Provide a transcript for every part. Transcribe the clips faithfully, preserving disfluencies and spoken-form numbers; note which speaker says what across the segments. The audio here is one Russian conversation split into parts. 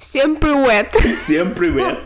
Speaker 1: Всем привет!
Speaker 2: Всем привет!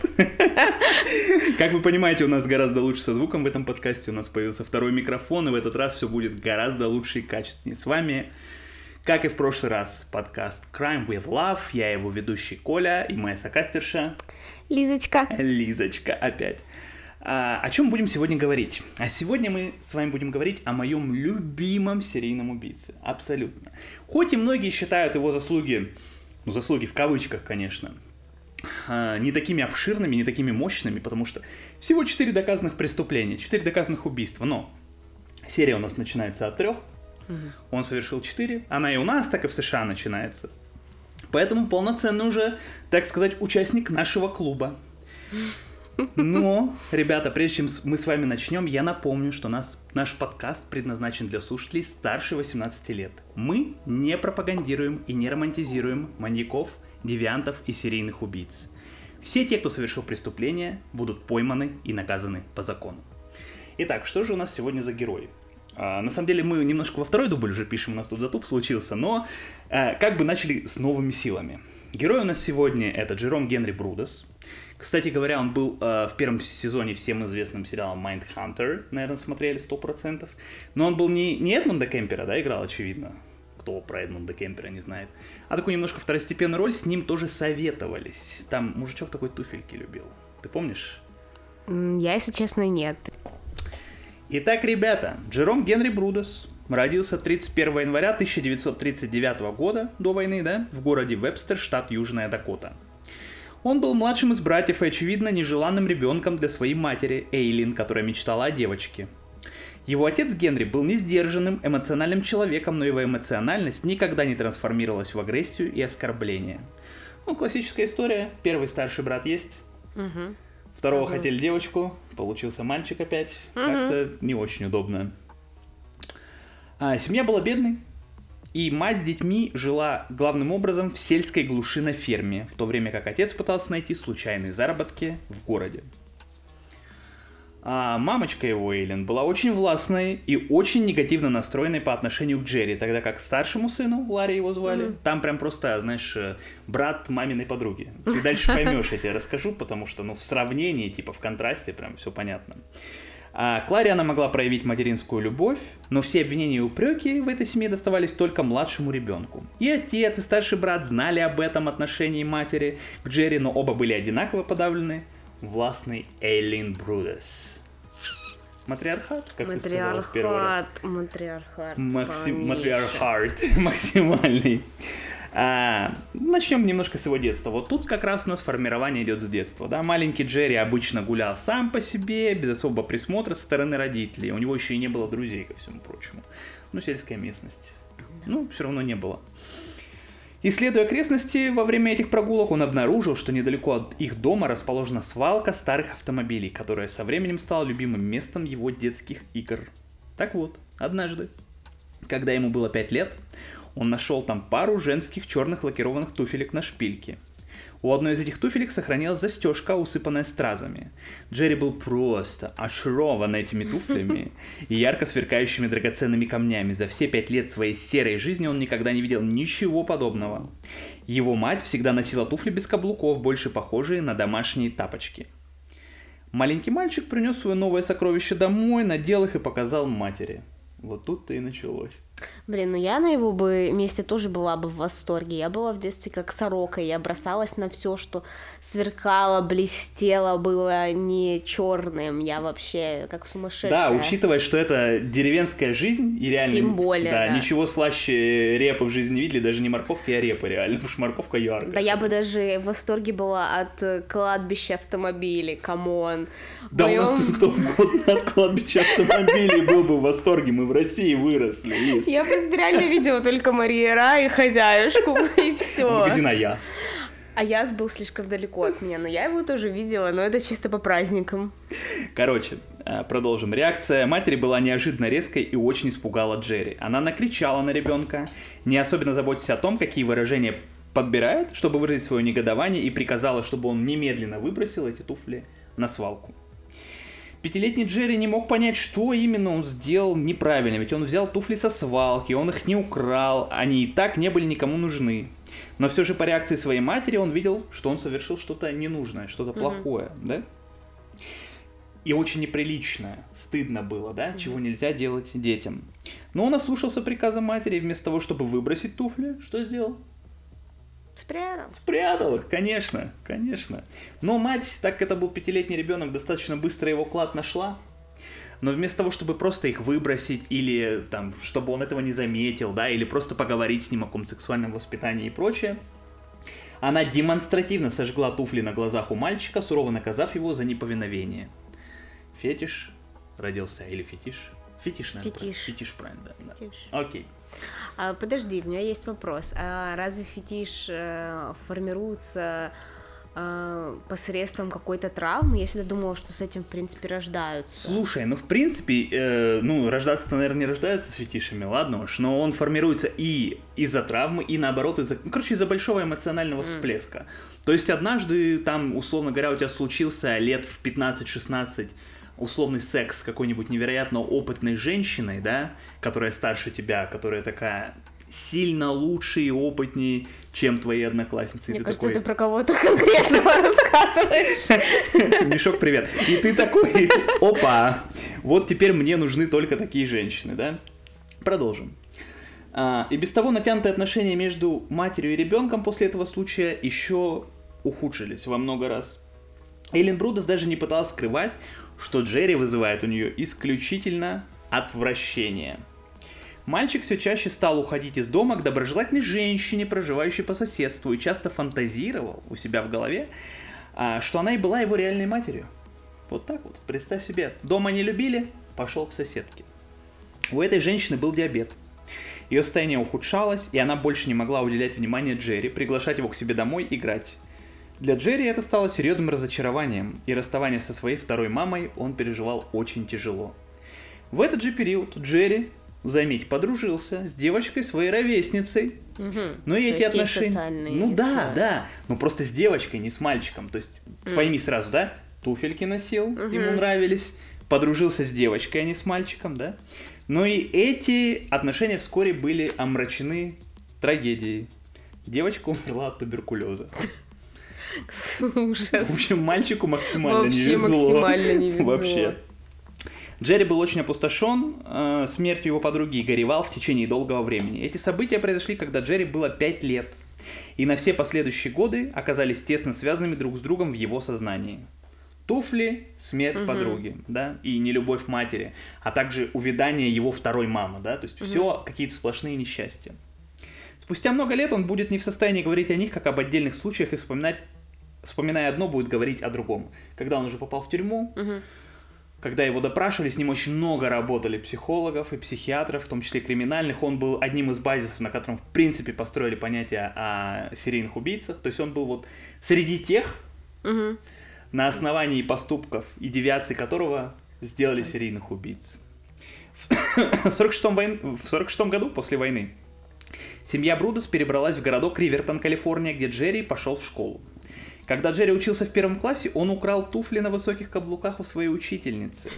Speaker 2: Как вы понимаете, у нас гораздо лучше со звуком в этом подкасте. У нас появился второй микрофон, и в этот раз все будет гораздо лучше и качественнее. С вами, как и в прошлый раз, подкаст Crime with Love. Я его ведущий Коля и моя сокастерша
Speaker 1: Лизочка.
Speaker 2: Лизочка опять. А, о чем будем сегодня говорить? А сегодня мы с вами будем говорить о моем любимом серийном убийце. Абсолютно. Хоть и многие считают его заслуги, ну, заслуги в кавычках, конечно, не такими обширными, не такими мощными, потому что всего четыре доказанных преступления, четыре доказанных убийства, но серия у нас начинается от трех, угу. Он совершил четыре, она и у нас, так и в США начинается. Поэтому полноценный уже, так сказать, участник нашего клуба. Но, ребята, прежде чем мы с вами начнем, я напомню, что нас, наш подкаст предназначен для слушателей старше восемнадцати лет. Мы не пропагандируем и не романтизируем маньяков, девиантов и серийных убийц. Все те, кто совершил преступление, будут пойманы и наказаны по закону. Итак, что же у нас сегодня за герои? А, на самом деле мы немножко во второй дубль уже пишем, у нас тут затуп случился, но а, как бы начали с новыми силами. Герой у нас сегодня это Джером Генри Брудес. Кстати говоря, он был э, в первом сезоне всем известным сериалом Mindhunter, наверное, смотрели сто процентов. Но он был не, не Эдмунда Кемпера, да, играл, очевидно. Кто про Эдмунда Кемпера не знает. А такую немножко второстепенную роль, с ним тоже советовались. Там мужичок такой туфельки любил. Ты помнишь?
Speaker 1: Я, если честно, нет.
Speaker 2: Итак, ребята, Джером Генри Брудес родился тридцать первого января тысяча девятьсот тридцать девятого года, до войны, да, в городе Вебстер, штат Южная Дакота. Он был младшим из братьев и, очевидно, нежеланным ребенком для своей матери, Эйлин, которая мечтала о девочке. Его отец Генри был несдержанным, эмоциональным человеком, но его эмоциональность никогда не трансформировалась в агрессию и оскорбление. Ну, классическая история. Первый старший брат есть. Угу. Второго угу. хотели девочку, получился мальчик опять. Угу. Как-то не очень удобно. А, семья была бедной. И мать с детьми жила главным образом в сельской глуши на ферме, в то время как отец пытался найти случайные заработки в городе. А мамочка его, Эйлин, была очень властной и очень негативно настроенной по отношению к Джерри, тогда как старшему сыну, Ларри его звали, mm-hmm. там прям просто, знаешь, брат маминой подруги. Ты дальше поймешь, я тебе расскажу, потому что, ну, в сравнении, типа, в контрасте прям все понятно. А Кларе она могла проявить материнскую любовь, но все обвинения и упреки в этой семье доставались только младшему ребенку. И отец, и старший брат знали об этом отношении матери к Джерри, но оба были одинаково подавлены властной Эйлин Брудес. Матриархат, как ты сказала в первый раз?
Speaker 1: Матриархат,
Speaker 2: Максим... Матриархат, максимальный. А, начнем немножко с его детства. Вот тут как раз у нас формирование идет с детства. Да? Маленький Джерри обычно гулял сам по себе, без особого присмотра со стороны родителей. У него еще и не было друзей, ко всему прочему. Ну, сельская местность. Ну, все равно не было. Исследуя окрестности, во время этих прогулок он обнаружил, что недалеко от их дома расположена свалка старых автомобилей, которая со временем стала любимым местом его детских игр. Так вот, однажды, когда ему было пять лет, он нашел там пару женских черных лакированных туфелек на шпильке. У одной из этих туфелек сохранилась застежка, усыпанная стразами. Джерри был просто очарован этими туфлями и ярко сверкающими драгоценными камнями. За все пять лет своей серой жизни он никогда не видел ничего подобного. Его мать всегда носила туфли без каблуков, больше похожие на домашние тапочки. Маленький мальчик принес свое новое сокровище домой, надел их и показал матери. Вот тут-то и началось.
Speaker 1: Блин, ну я на его бы месте тоже была бы в восторге. Я была в детстве как сорока, я бросалась на все, что сверкало, блестело, было не черным. Я вообще как сумасшедшая.
Speaker 2: Да, учитывая, что это деревенская жизнь, и реально...
Speaker 1: Тем более,
Speaker 2: да.
Speaker 1: да.
Speaker 2: Ничего слаще репы в жизни не видели, даже не морковки, а репы реально, потому что морковка яркая.
Speaker 1: Да я бы даже в восторге была от кладбища автомобилей, камон.
Speaker 2: Да
Speaker 1: моем...
Speaker 2: у нас тут кто угодно от кладбища автомобилей был бы в восторге, мы в России выросли.
Speaker 1: Я просто реально видела только Мария Ра и хозяюшку, и все.
Speaker 2: Магазин Аяс.
Speaker 1: Аяс был слишком далеко от меня, но я его тоже видела, но это чисто по праздникам.
Speaker 2: Короче, продолжим. Реакция матери была неожиданно резкой и очень испугала Джерри. Она накричала на ребенка, не особенно заботясь о том, какие выражения подбирает, чтобы выразить свое негодование, и приказала, чтобы он немедленно выбросил эти туфли на свалку. Пятилетний Джерри не мог понять, что именно он сделал неправильно, ведь он взял туфли со свалки, он их не украл, они и так не были никому нужны. Но все же по реакции своей матери он видел, что он совершил что-то ненужное, что-то mm-hmm. плохое, да? И очень неприличное, стыдно было, да, mm-hmm. чего нельзя делать детям. Но он ослушался приказа матери, и вместо того, чтобы выбросить туфли, что сделал?
Speaker 1: Спрятал.
Speaker 2: Спрятал их, конечно, конечно. Но мать, так как это был пятилетний ребенок, достаточно быстро его клад нашла. Но вместо того, чтобы просто их выбросить, или там, чтобы он этого не заметил, да, или просто поговорить с ним о каком-то сексуальном воспитании и прочее, она демонстративно сожгла туфли на глазах у мальчика, сурово наказав его за неповиновение. Фетиш родился, или фетиш? Фетиш, наверное.
Speaker 1: Фетиш.
Speaker 2: Правильно. Фетиш, правильно, да.
Speaker 1: Фетиш.
Speaker 2: Окей.
Speaker 1: А, подожди, у меня есть вопрос. А разве фетиш э, формируется э, посредством какой-то травмы? Я всегда думала, что с этим, в принципе, рождаются.
Speaker 2: Слушай, ну, в принципе, э, ну, рождаться-то, наверное, не рождаются с фетишами, ладно уж, но он формируется и из-за травмы, и, наоборот, из-за, ну, короче, из-за большого эмоционального всплеска. Mm. То есть однажды, там, условно говоря, у тебя случился лет в пятнадцать-шестнадцать условный секс с какой-нибудь невероятно опытной женщиной, да, которая старше тебя, которая такая сильно лучше и опытнее, чем твои одноклассницы.
Speaker 1: Мне
Speaker 2: ты
Speaker 1: кажется,
Speaker 2: такой...
Speaker 1: ты про кого-то конкретного рассказываешь.
Speaker 2: Мешок, привет. И ты такой, опа, вот теперь мне нужны только такие женщины, да? Продолжим. А, и без того натянутые отношения между матерью и ребенком после этого случая еще ухудшились во много раз. Эйлин Брудес даже не пыталась скрывать, что Джерри вызывает у нее исключительно отвращение. Мальчик все чаще стал уходить из дома к доброжелательной женщине, проживающей по соседству, и часто фантазировал у себя в голове, что она и была его реальной матерью. Вот так вот, представь себе. Дома не любили, пошел к соседке. У этой женщины был диабет. Ее состояние ухудшалось, и она больше не могла уделять внимание Джерри, приглашать его к себе домой, играть. Для Джерри это стало серьезным разочарованием, и расставание со своей второй мамой он переживал очень тяжело. В этот же период Джерри, заметь, подружился с девочкой своей ровесницей.
Speaker 1: Угу.
Speaker 2: Но и
Speaker 1: то
Speaker 2: эти отношения... Ну да, да, ну просто с девочкой, не с мальчиком. То есть, mm. пойми сразу, да, туфельки носил, угу. ему нравились, подружился с девочкой, а не с мальчиком, да. Но и эти отношения вскоре были омрачены трагедией. Девочка умерла от туберкулеза.
Speaker 1: Ужас.
Speaker 2: В общем, мальчику максимально
Speaker 1: Вообще
Speaker 2: не везло.
Speaker 1: максимально не везло.
Speaker 2: Вообще. Джерри был очень опустошен э, смертью его подруги и горевал в течение долгого времени. Эти события произошли, когда Джерри было пять лет, и на все последующие годы оказались тесно связанными друг с другом в его сознании. Туфли, смерть угу. подруги, да, и нелюбовь матери, а также увядание его второй мамы, да, то есть угу. все какие-то сплошные несчастья. Спустя много лет он будет не в состоянии говорить о них, как об отдельных случаях, и вспоминать, вспоминая одно, будет говорить о другом. Когда он уже попал в тюрьму, угу. когда его допрашивали, с ним очень много работали психологов и психиатров, в том числе криминальных. Он был одним из базисов, на котором, в принципе, построили понятие о серийных убийцах. То есть он был вот среди тех, угу. на основании поступков и девиаций которого сделали серийных убийц. В сорок шестом, войн... в сорок шестом году, после войны, семья Брудес перебралась в городок Ривертон, Калифорния, где Джерри пошел в школу. Когда Джерри учился в первом классе, он украл туфли на высоких каблуках у своей учительницы.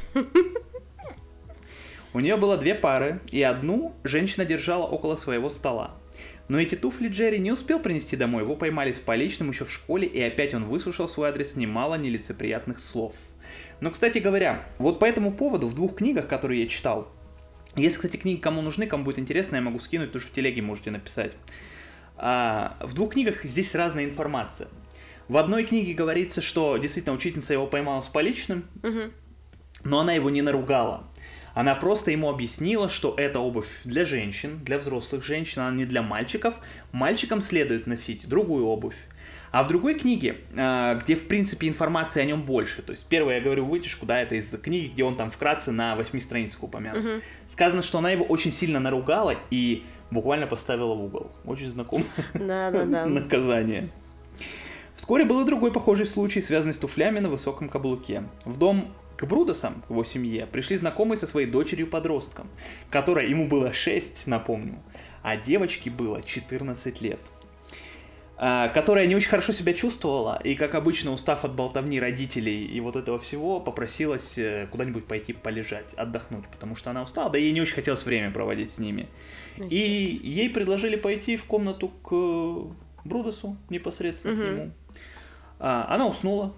Speaker 2: У нее было две пары, и одну женщина держала около своего стола. Но эти туфли Джерри не успел принести домой, его поймали с поличным еще в школе, и опять он выслушал в свой адрес немало нелицеприятных слов. Но, кстати говоря, вот по этому поводу в двух книгах, которые я читал, если, кстати, книги кому нужны, кому будет интересно, я могу скинуть, потому что в телеге можете написать. А, в двух книгах здесь разная информация. В одной книге говорится, что действительно учительница его поймала с поличным, угу. но она его не наругала. Она просто ему объяснила, что это обувь для женщин, для взрослых женщин, она не для мальчиков. Мальчикам следует носить другую обувь. А в другой книге, где, в принципе, информации о нем больше, то есть первое, я говорю вытяжку, да, это из книги, где он там вкратце на восьми страницах упомянут, угу. сказано, что она его очень сильно наругала и буквально поставила в угол. Очень знакомое наказание. Вскоре был и другой похожий случай, связанный с туфлями на высоком каблуке. В дом к Брудесам, к его семье, пришли знакомые со своей дочерью-подростком, которой ему было шесть, напомню, а девочке было четырнадцать лет. которая не очень хорошо себя чувствовала, и, как обычно, устав от болтовни родителей и вот этого всего, попросилась куда-нибудь пойти полежать, отдохнуть, потому что она устала, да ей не очень хотелось время проводить с ними. Ну, и ей предложили пойти в комнату к Брудосу, непосредственно угу. к нему. А, она уснула.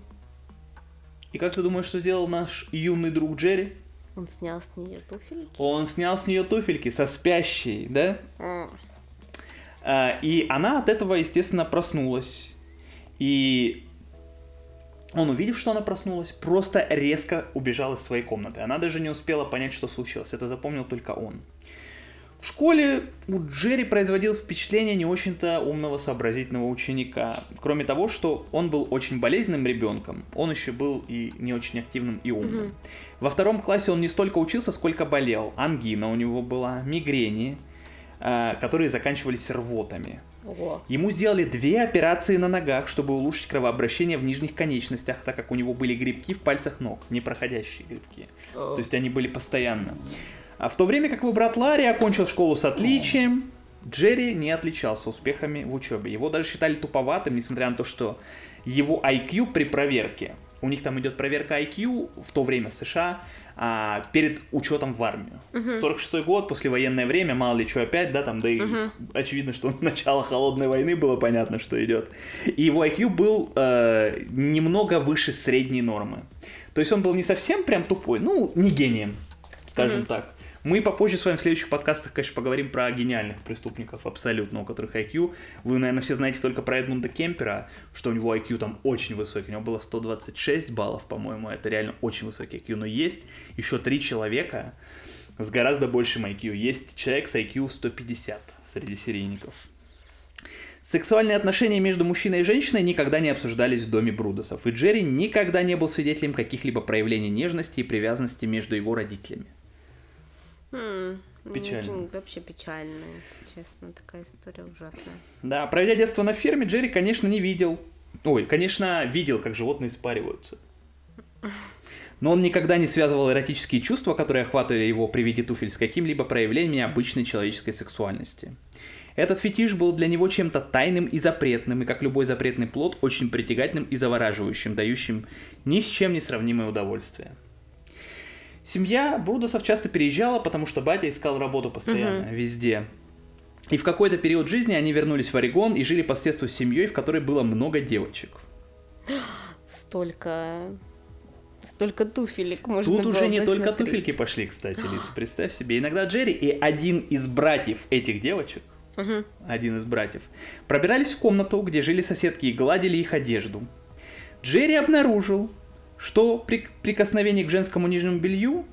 Speaker 2: И как ты думаешь, что сделал наш юный друг Джерри?
Speaker 1: Он снял с нее туфельки.
Speaker 2: Он снял с нее туфельки со спящей, да? Mm. А, и она от этого, естественно, проснулась. И он, увидев, что она проснулась, просто резко убежал из своей комнаты. Она даже не успела понять, что случилось. Это запомнил только он. В школе у Джерри производил впечатление не очень-то умного, сообразительного ученика. Кроме того, что он был очень болезненным ребенком, он еще был и не очень активным и умным. Mm-hmm. Во втором классе он не столько учился, сколько болел. Ангина у него была, мигрени, э, которые заканчивались рвотами. Ого. Ему сделали две операции на ногах, чтобы улучшить кровообращение в нижних конечностях, так как у него были грибки в пальцах ног, непроходящие грибки. Oh. То есть они были постоянно. А в то время как его брат Ларри окончил школу с отличием, Джерри не отличался успехами в учебе. Его даже считали туповатым, несмотря на то, что его ай кью при проверке, у них там идет проверка ай кью в то время в США, а, перед учетом в армию. Uh-huh. сорок шестой год, послевоенное время, мало ли что опять, да, там, да и uh-huh. очевидно, что начало холодной войны, было понятно, что идет. И его ай кью был э, немного выше средней нормы. То есть он был не совсем прям тупой, ну, не гением, скажем uh-huh. так. Мы попозже с вами в следующих подкастах, конечно, поговорим про гениальных преступников, абсолютно, у которых ай кью. Вы, наверное, все знаете только про Эдмунда Кемпера, что у него ай кью там очень высокий. У него было сто двадцать шесть баллов, по-моему, это реально очень высокий ай кью. Но есть еще три человека с гораздо большим ай кью. Есть человек с ай кью сто пятьдесят среди серийников. Сексуальные отношения между мужчиной и женщиной никогда не обсуждались в доме Брудосов, и Джерри никогда не был свидетелем каких-либо проявлений нежности и привязанности между его родителями.
Speaker 1: Hmm,
Speaker 2: печально.
Speaker 1: Очень, вообще печально, если честно, такая история ужасная.
Speaker 2: Да, проведя детство на ферме, Джерри, конечно, не видел, ой, конечно, видел, как животные спариваются. Но он никогда не связывал эротические чувства, которые охватывали его при виде туфель, с каким-либо проявлением обычной человеческой сексуальности. Этот фетиш был для него чем-то тайным и запретным, и как любой запретный плод, очень притягательным и завораживающим, дающим ни с чем не сравнимое удовольствие. Семья Брудосов часто переезжала, потому что батя искал работу постоянно, uh-huh. везде. И в какой-то период жизни они вернулись в Орегон и жили по соседству с семьей, в которой было много девочек.
Speaker 1: Столько... Столько туфелек можно
Speaker 2: Тут
Speaker 1: было
Speaker 2: уже не
Speaker 1: посмотреть.
Speaker 2: только туфельки пошли, кстати, Лиз. Представь себе. Иногда Джерри и один из братьев этих девочек, uh-huh. один из братьев, пробирались в комнату, где жили соседки, и гладили их одежду. Джерри обнаружил, что при прикосновении к женскому нижнему белью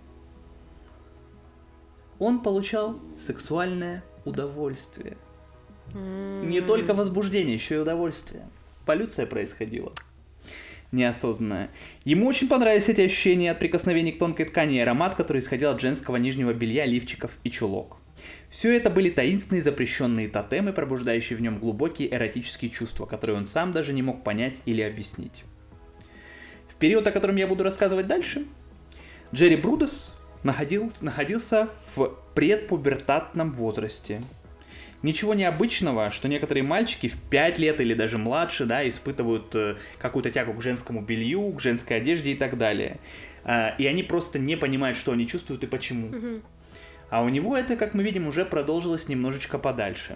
Speaker 2: он получал сексуальное удовольствие. Mm. Не только возбуждение, еще и удовольствие. Полюция происходила. Неосознанная. Ему очень понравились эти ощущения от прикосновений к тонкой ткани и аромат, который исходил от женского нижнего белья, лифчиков и чулок. Все это были таинственные запрещенные тотемы, пробуждающие в нем глубокие эротические чувства, которые он сам даже не мог понять или объяснить. В период, о котором я буду рассказывать дальше, Джерри Брудос находил, находился в предпубертатном возрасте. Ничего необычного, что некоторые мальчики в пять лет или даже младше, да, испытывают э, какую-то тягу к женскому белью, к женской одежде и так далее. Э, и они просто не понимают, что они чувствуют и почему. Mm-hmm. А у него это, как мы видим, уже продолжилось немножечко подальше.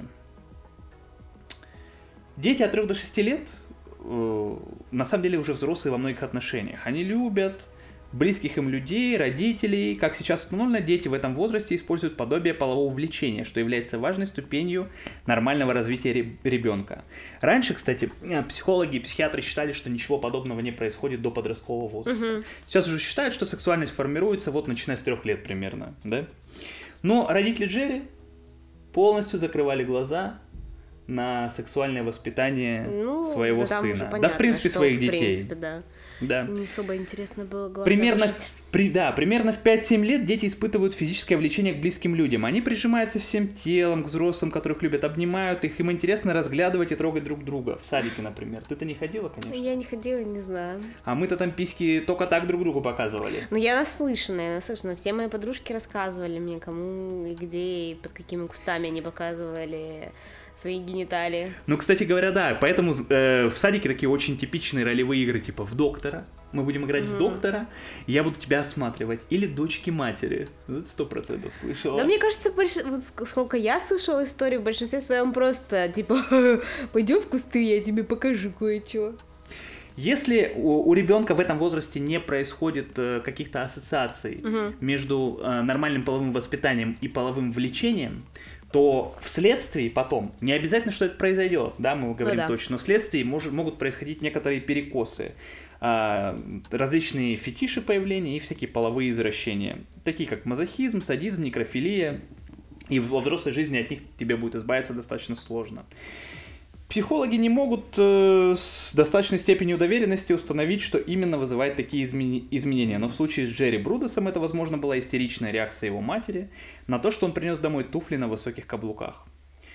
Speaker 2: Дети от трёх до шести лет на самом деле уже взрослые во многих отношениях. Они любят близких им людей, родителей. Как сейчас установлено, дети в этом возрасте используют подобие полового влечения, что является важной ступенью нормального развития ребенка. Раньше, кстати, психологи и психиатры считали, что ничего подобного не происходит до подросткового возраста. Uh-huh. Сейчас уже считают, что сексуальность формируется вот начиная с трех лет примерно, да? Но родители Джерри полностью закрывали глаза на сексуальное воспитание ну, своего
Speaker 1: да,
Speaker 2: сына.
Speaker 1: Понятно,
Speaker 2: да, в принципе,
Speaker 1: что,
Speaker 2: своих
Speaker 1: в
Speaker 2: детей.
Speaker 1: Принципе, да.
Speaker 2: Да.
Speaker 1: Не особо интересно было глаза
Speaker 2: примерно в, при, да, примерно в пять-семь лет дети испытывают физическое влечение к близким людям. Они прижимаются всем телом к взрослым, которых любят, обнимают их. Им интересно разглядывать и трогать друг друга. В садике, например. Ты-то не ходила, конечно?
Speaker 1: Я не ходила, не знаю.
Speaker 2: А мы-то там письки только так друг другу показывали.
Speaker 1: Ну, я наслышана, я наслышана. Все мои подружки рассказывали мне, кому и где, и под какими кустами они показывали свои гениталии.
Speaker 2: Ну, кстати говоря, да, поэтому э, в садике такие очень типичные ролевые игры, типа в доктора. Мы будем играть mm-hmm. в доктора, и я буду тебя осматривать. Или дочки матери. Сто процентов слышала.
Speaker 1: Да мне кажется, больш... сколько я слышала историю, в большинстве своем просто, типа, пойдем в кусты, я тебе покажу кое-что.
Speaker 2: Если у, у ребенка в этом возрасте не происходит э, каких-то ассоциаций
Speaker 1: угу.
Speaker 2: между э, нормальным половым воспитанием и половым влечением, то вследствие потом, не обязательно, что это произойдет, да, мы говорим ну, да. точно, но вследствие мож, могут происходить некоторые перекосы, э, различные фетиши появления и всякие половые извращения, такие как мазохизм, садизм, некрофилия, и во взрослой жизни от них тебе будет избавиться достаточно сложно. Психологи не могут э, с достаточной степенью доверенности установить, что именно вызывает такие измени- изменения. Но в случае с Джерри Брудосом это, возможно, была истеричная реакция его матери на то, что он принес домой туфли на высоких каблуках.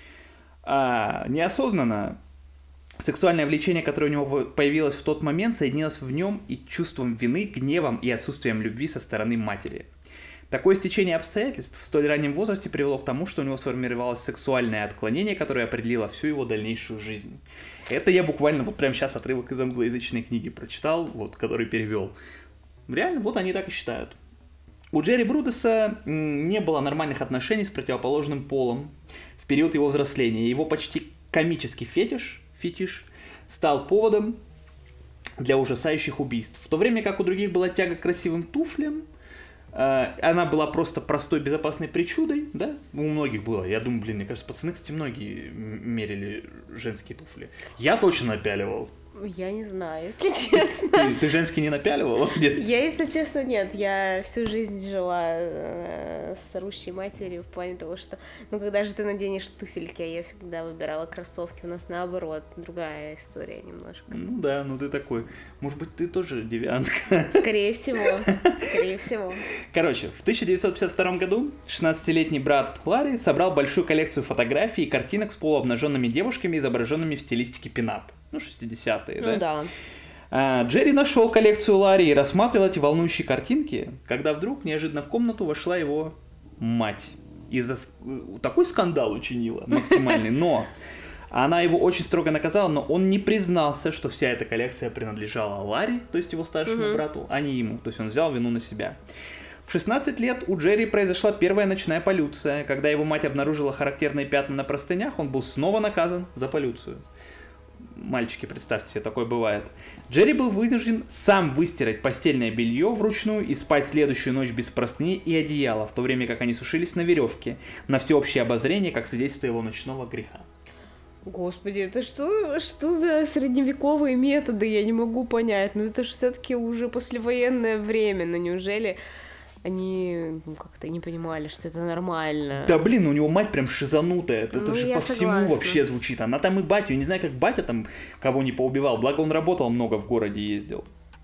Speaker 2: А, неосознанно сексуальное влечение, которое у него появилось в тот момент, соединилось в нем и чувством вины, гневом и отсутствием любви со стороны матери. Такое стечение обстоятельств в столь раннем возрасте привело к тому, что у него сформировалось сексуальное отклонение, которое определило всю его дальнейшую жизнь. Это я буквально вот прямо сейчас отрывок из англоязычной книги прочитал, вот, который перевел. Реально, вот они так и считают. У Джерри Брудоса не было нормальных отношений с противоположным полом в период его взросления. Его почти комический фетиш, фетиш стал поводом для ужасающих убийств. В то время как у других была тяга к красивым туфлям, она была просто простой, безопасной причудой, да? У многих было. Я думаю, блин, мне кажется, пацаны, кстати, многие мерили женские туфли. Я точно напяливал.
Speaker 1: Я не знаю, если честно.
Speaker 2: Ты, ты женские не напяливала в детстве?
Speaker 1: Я, если честно, нет. Я всю жизнь жила э, с орущей матерью в плане того, что, ну, когда же ты наденешь туфельки, я всегда выбирала кроссовки. У нас наоборот, другая история немножко.
Speaker 2: Ну да, ну ты такой. Может быть, ты тоже девиантка?
Speaker 1: Скорее всего, скорее всего.
Speaker 2: Короче, в тысяча девятьсот пятьдесят втором году шестнадцатилетний брат Ларри собрал большую коллекцию фотографий и картинок с полуобнаженными девушками, изображенными в стилистике пинап. Ну, шестидесятые, да?
Speaker 1: Ну да.
Speaker 2: А, Джерри нашел коллекцию Ларри и рассматривал эти волнующие картинки, когда вдруг неожиданно в комнату вошла его мать. Из-за такой скандал учинила максимальный, но она его очень строго наказала, но он не признался, что вся эта коллекция принадлежала Ларри, то есть его старшему mm-hmm. брату, а не ему. То есть он взял вину на себя. В шестнадцать лет у Джерри произошла первая ночная полюция. Когда его мать обнаружила характерные пятна на простынях, он был снова наказан за полюцию. Мальчики, представьте себе, такое бывает. Джерри был вынужден сам выстирать постельное белье вручную и спать следующую ночь без простыни и одеяла, в то время как они сушились на веревке, на всеобщее обозрение, как свидетельство его ночного греха.
Speaker 1: Господи, это что, что за средневековые методы, я не могу понять. Ну это же все-таки уже послевоенное время, но неужели они ну, как-то не понимали, что это нормально?
Speaker 2: Да блин, у него мать прям шизанутая, это
Speaker 1: ну,
Speaker 2: же по
Speaker 1: согласна.
Speaker 2: Всему вообще звучит. Она там и батю, не знаю, как батя там кого не поубивал, благо он работал много в городе, ездил.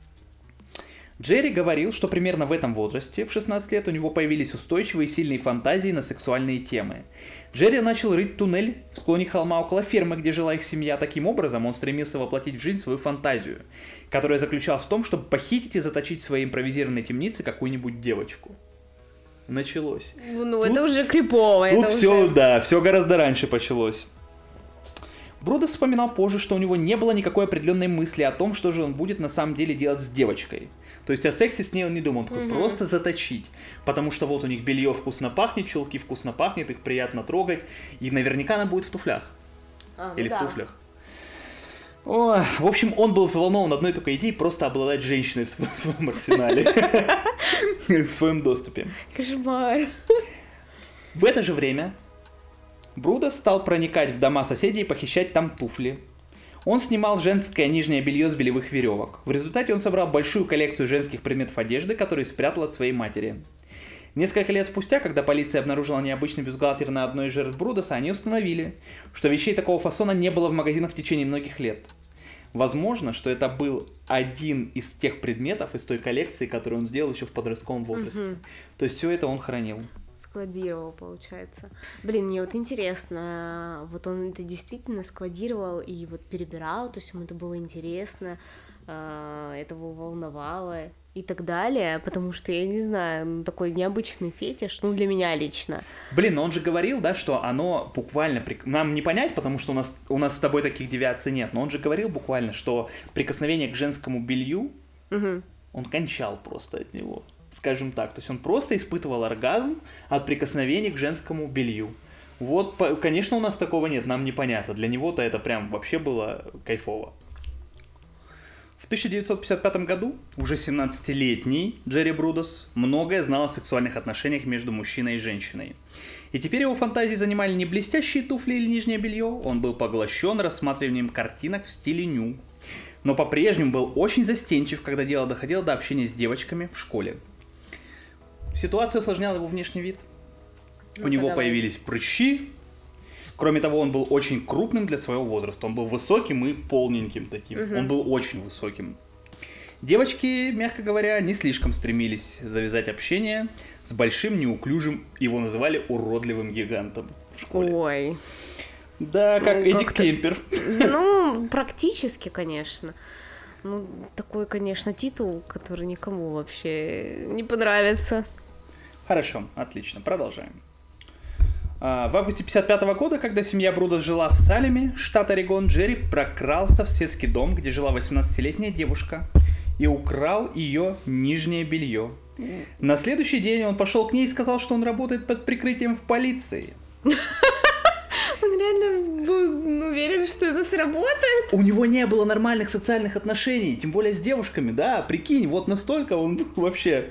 Speaker 2: Джерри говорил, что примерно в этом возрасте, в шестнадцать лет, у него появились устойчивые и сильные фантазии на сексуальные темы. Джерри начал рыть туннель в склоне холма около фермы, где жила их семья. Таким образом, он стремился воплотить в жизнь свою фантазию, которая заключалась в том, чтобы похитить и заточить в своей импровизированной темнице какую-нибудь девочку. Началось.
Speaker 1: Ну,
Speaker 2: тут,
Speaker 1: это уже крипово.
Speaker 2: Тут
Speaker 1: это
Speaker 2: все,
Speaker 1: уже...
Speaker 2: да, все гораздо раньше началось. Брудос вспоминал позже, что у него не было никакой определенной мысли о том, что же он будет на самом деле делать с девочкой. То есть о сексе с ней он не думал, он такой, mm-hmm. просто заточить. Потому что вот у них белье вкусно пахнет, чулки вкусно пахнет, их приятно трогать. И наверняка она будет в туфлях.
Speaker 1: А,
Speaker 2: Или
Speaker 1: да.
Speaker 2: в туфлях. О, в общем, он был взволнован одной только идеей просто обладать женщиной в своем, в своем арсенале. В своем доступе.
Speaker 1: Кошмар.
Speaker 2: В это же время Брудос стал проникать в дома соседей и похищать там туфли. Он снимал женское нижнее белье с белевых веревок. В результате он собрал большую коллекцию женских предметов одежды, которые спрятал от своей матери. Несколько лет спустя, когда полиция обнаружила необычный бюстгальтер на одной из жертв Брудоса, они установили, что вещей такого фасона не было в магазинах в течение многих лет. Возможно, что это был один из тех предметов из той коллекции, которую он сделал еще в подростковом возрасте. Mm-hmm. То есть все это он хранил.
Speaker 1: Складировал, получается. Блин, мне вот интересно, вот он это действительно складировал и вот перебирал, то есть ему это было интересно. э, этого волновало и так далее, потому что, я не знаю, ну, такой необычный фетиш, ну, для меня лично.
Speaker 2: Блин, но он же говорил, да, что оно буквально... Прик... Нам не понять, потому что у нас, у нас с тобой таких девиаций нет, но он же говорил буквально, что прикосновение к женскому белью,
Speaker 1: Угу.
Speaker 2: он кончал просто от него, скажем так. То есть он просто испытывал оргазм от прикосновения к женскому белью. Вот, конечно, у нас такого нет, нам непонятно. Для него-то это прям вообще было кайфово. В тысяча девятьсот пятьдесят пятом году уже семнадцатилетний Джерри Брудос многое знал о сексуальных отношениях между мужчиной и женщиной. И теперь его фантазии занимали не блестящие туфли или нижнее белье, он был поглощен рассматриванием картинок в стиле ню. Но по-прежнему был очень застенчив, когда дело доходило до общения с девочками в школе. Ситуация усложняла его внешний вид. У него
Speaker 1: давай.
Speaker 2: появились прыщи. Кроме того, он был очень крупным для своего возраста. Он был высоким и полненьким таким. Угу. Он был очень высоким. Девочки, мягко говоря, не слишком стремились завязать общение с большим, неуклюжим, его называли уродливым гигантом в школе.
Speaker 1: Ой.
Speaker 2: Да, как
Speaker 1: Ну,
Speaker 2: Эдди
Speaker 1: как-то...
Speaker 2: Кемпер.
Speaker 1: Ну, практически, конечно. Ну, такой, конечно, титул, который никому вообще не понравится.
Speaker 2: Хорошо, отлично, продолжаем. В августе пятьдесят пятого года, когда семья Брудос жила в Салеме, штат Орегон, Джерри прокрался в сельский дом, где жила восемнадцатилетняя девушка, и украл ее нижнее белье. На следующий день он пошел к ней и сказал, что он работает под прикрытием в полиции.
Speaker 1: Он реально был уверен, что это сработает?
Speaker 2: У него не было нормальных социальных отношений, тем более с девушками, да, прикинь, вот настолько он вообще...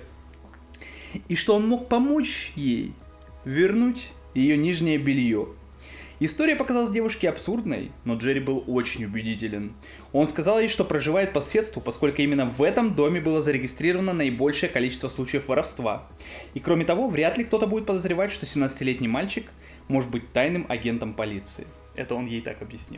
Speaker 2: И что он мог помочь ей вернуть ее нижнее белье. История показалась девушке абсурдной, но Джерри был очень убедителен. Он сказал ей, что проживает по соседству, поскольку именно в этом доме было зарегистрировано наибольшее количество случаев воровства. И кроме того, вряд ли кто-то будет подозревать, что семнадцатилетний мальчик может быть тайным агентом полиции. Это он ей так объяснил.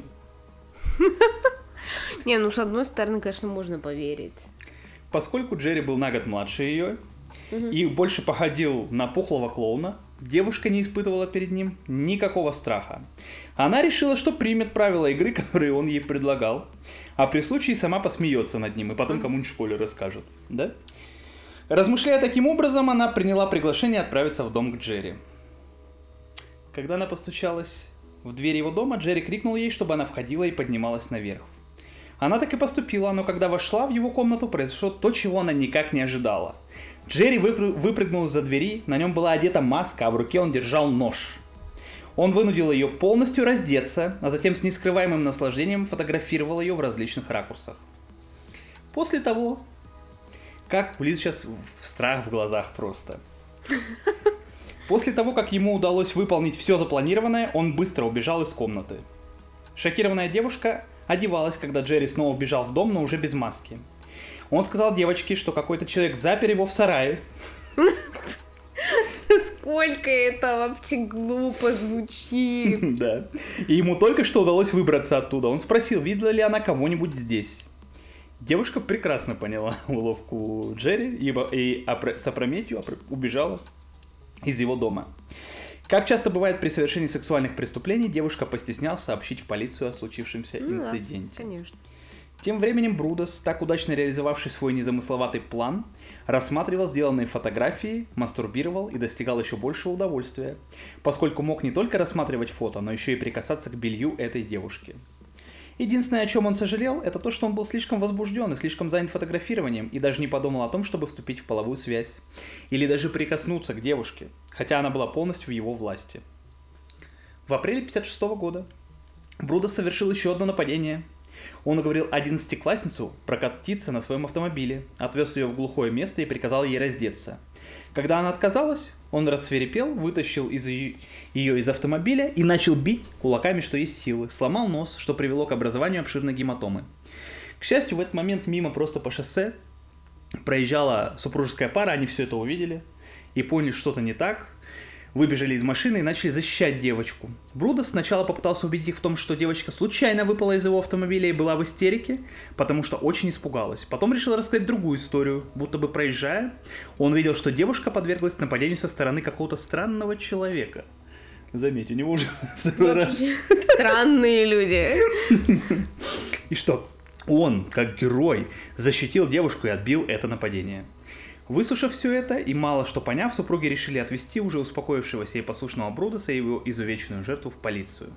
Speaker 1: Не, ну с одной стороны, конечно, можно поверить.
Speaker 2: Поскольку Джерри был на год младше ее и больше походил на пухлого клоуна, девушка не испытывала перед ним никакого страха. Она решила, что примет правила игры, которые он ей предлагал, а при случае сама посмеется над ним и потом кому-нибудь в школе расскажет. Да? Размышляя таким образом, она приняла приглашение отправиться в дом к Джерри. Когда она постучалась в дверь его дома, Джерри крикнул ей, чтобы она входила и поднималась наверх. Она так и поступила, но когда вошла в его комнату, произошло то, чего она никак не ожидала. Джерри выпры- выпрыгнул из-за двери, на нем была одета маска, а в руке он держал нож. Он вынудил ее полностью раздеться, а затем с нескрываемым наслаждением фотографировал ее в различных ракурсах. После того, как... У Лизы сейчас страх в глазах просто. После того, как ему удалось выполнить все запланированное, он быстро убежал из комнаты. Шокированная девушка одевалась, когда Джерри снова вбежал в дом, но уже без маски. Он сказал девочке, что какой-то человек запер его в сарае.
Speaker 1: Сколько это вообще глупо звучит.
Speaker 2: Да. И ему только что удалось выбраться оттуда. Он спросил, видела ли она кого-нибудь здесь. Девушка прекрасно поняла уловку Джерри и с опрометью убежала из его дома. Как часто бывает при совершении сексуальных преступлений, девушка постеснялась сообщить в полицию о случившемся ну инциденте.
Speaker 1: Да, конечно.
Speaker 2: Тем временем Брудос, так удачно реализовавший свой незамысловатый план, рассматривал сделанные фотографии, мастурбировал и достигал еще большего удовольствия, поскольку мог не только рассматривать фото, но еще и прикасаться к белью этой девушки. Единственное, о чем он сожалел, это то, что он был слишком возбужден и слишком занят фотографированием и даже не подумал о том, чтобы вступить в половую связь или даже прикоснуться к девушке, хотя она была полностью в его власти. В апреле пятьдесят шестого года Брудос совершил еще одно нападение. Он уговорил одиннадцатиклассницу прокатиться на своем автомобиле, отвез ее в глухое место и приказал ей раздеться. Когда она отказалась, он рассвирепел, вытащил из ее, ее из автомобиля и начал бить кулаками, что есть силы. Сломал нос, что привело к образованию обширной гематомы. К счастью, в этот момент мимо просто по шоссе проезжала супружеская пара, они все это увидели и поняли, что что-то не так. Выбежали из машины и начали защищать девочку. Брудос сначала попытался убедить их в том, что девочка случайно выпала из его автомобиля и была в истерике, потому что очень испугалась. Потом решил рассказать другую историю, будто бы проезжая, он видел, что девушка подверглась нападению со стороны какого-то странного человека. Заметь, у него уже второй раз.
Speaker 1: Странные люди.
Speaker 2: И что? Он, как герой, защитил девушку и отбил это нападение. Выслушав все это и мало что поняв, супруги решили отвезти уже успокоившегося и послушного Брудоса и его изувеченную жертву в полицию.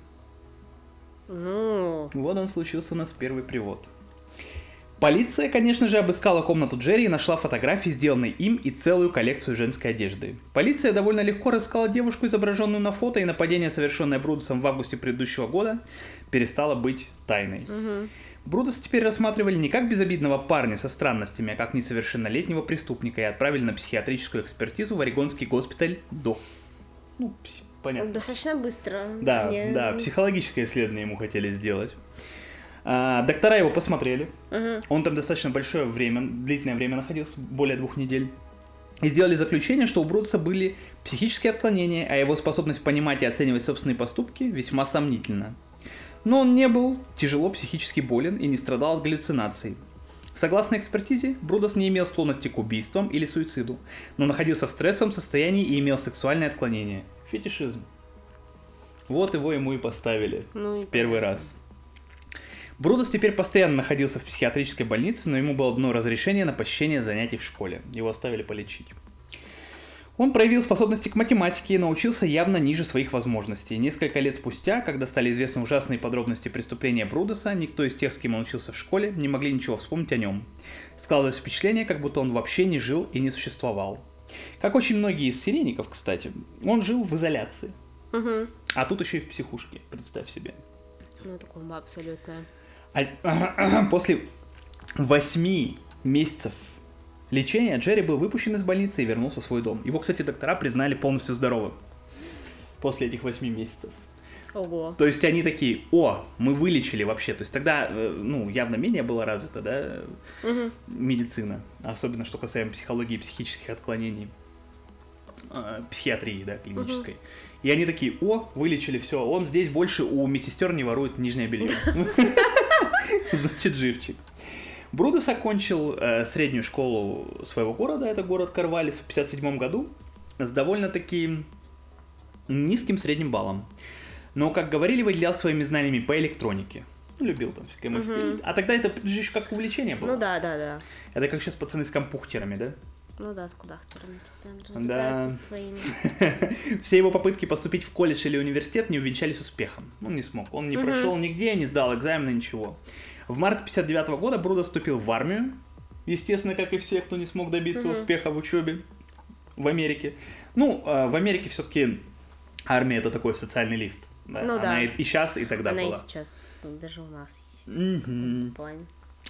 Speaker 1: Ну...
Speaker 2: Вот он случился у нас первый привод. Полиция, конечно же, обыскала комнату Джерри и нашла фотографии, сделанные им, и целую коллекцию женской одежды. Полиция довольно легко разыскала девушку, изображенную на фото, и нападение, совершенное Брудосом в августе предыдущего года, перестало быть тайной.
Speaker 1: Угу.
Speaker 2: Брудоса теперь рассматривали не как безобидного парня со странностями, а как несовершеннолетнего преступника и отправили на психиатрическую экспертизу в Орегонский госпиталь до... Ну, пс- понятно.
Speaker 1: Достаточно быстро.
Speaker 2: Да,
Speaker 1: Мне...
Speaker 2: да, психологическое исследование ему хотели сделать. А, доктора его посмотрели.
Speaker 1: Угу.
Speaker 2: Он там достаточно большое время, длительное время находился, более двух недель. И сделали заключение, что у Брудоса были психические отклонения, а его способность понимать и оценивать собственные поступки весьма сомнительна. Но он не был тяжело психически болен и не страдал от галлюцинаций. Согласно экспертизе, Брудос не имел склонности к убийствам или суициду, но находился в стрессовом состоянии и имел сексуальное отклонение. Фетишизм. Вот его ему и поставили
Speaker 1: ну, и
Speaker 2: в первый
Speaker 1: понятно.
Speaker 2: раз. Брудос теперь постоянно находился в психиатрической больнице, но ему было дано разрешение на посещение занятий в школе. Его оставили полечить. Он проявил способности к математике и научился явно ниже своих возможностей. Несколько лет спустя, когда стали известны ужасные подробности преступления Брудоса, никто из тех, с кем он учился в школе, не могли ничего вспомнить о нем. Складывалось впечатление, как будто он вообще не жил и не существовал. Как очень многие из серийников, кстати, он жил в изоляции.
Speaker 1: Угу.
Speaker 2: А тут еще и в психушке, представь себе.
Speaker 1: Ну, это комбо абсолютно.
Speaker 2: А, после восьми месяцев лечения Джерри был выпущен из больницы и вернулся в свой дом. Его, кстати, доктора признали полностью здоровым после этих восьми месяцев.
Speaker 1: Ого.
Speaker 2: То есть они такие: о, мы вылечили вообще. То есть тогда, ну, явно менее была развита, да,
Speaker 1: угу.
Speaker 2: медицина. Особенно, что касаемо психологии и психических отклонений. Психиатрии, да, клинической. Угу. И они такие: о, вылечили, все, он здесь больше у медсестер не ворует нижнее белье. Значит, живчик. Брудос окончил э, среднюю школу своего города, это город Карвалис, в пятьдесят седьмом году, с довольно-таки низким средним баллом. Но, как говорили, выделял своими знаниями по электронике. Любил там всякое мастерить. А тогда это же как увлечение было.
Speaker 1: Ну да, да, да.
Speaker 2: Это как сейчас пацаны с компьютерами, да?
Speaker 1: Ну да, с кудахтерами постоянно разбираются со своими.
Speaker 2: Все его попытки поступить в колледж или университет не увенчались успехом. Он не смог. Он не uh-huh. прошел нигде, не сдал экзамены, ничего. В марте пятьдесят девятого года Брудос вступил в армию. Естественно, как и все, кто не смог добиться uh-huh. успеха в учебе в Америке. Ну, в Америке все-таки армия — это такой социальный лифт. Да?
Speaker 1: Ну
Speaker 2: Она
Speaker 1: да.
Speaker 2: и, и сейчас, и тогда
Speaker 1: Она
Speaker 2: была.
Speaker 1: Она и сейчас даже у нас есть.
Speaker 2: Uh-huh.
Speaker 1: В этом плане.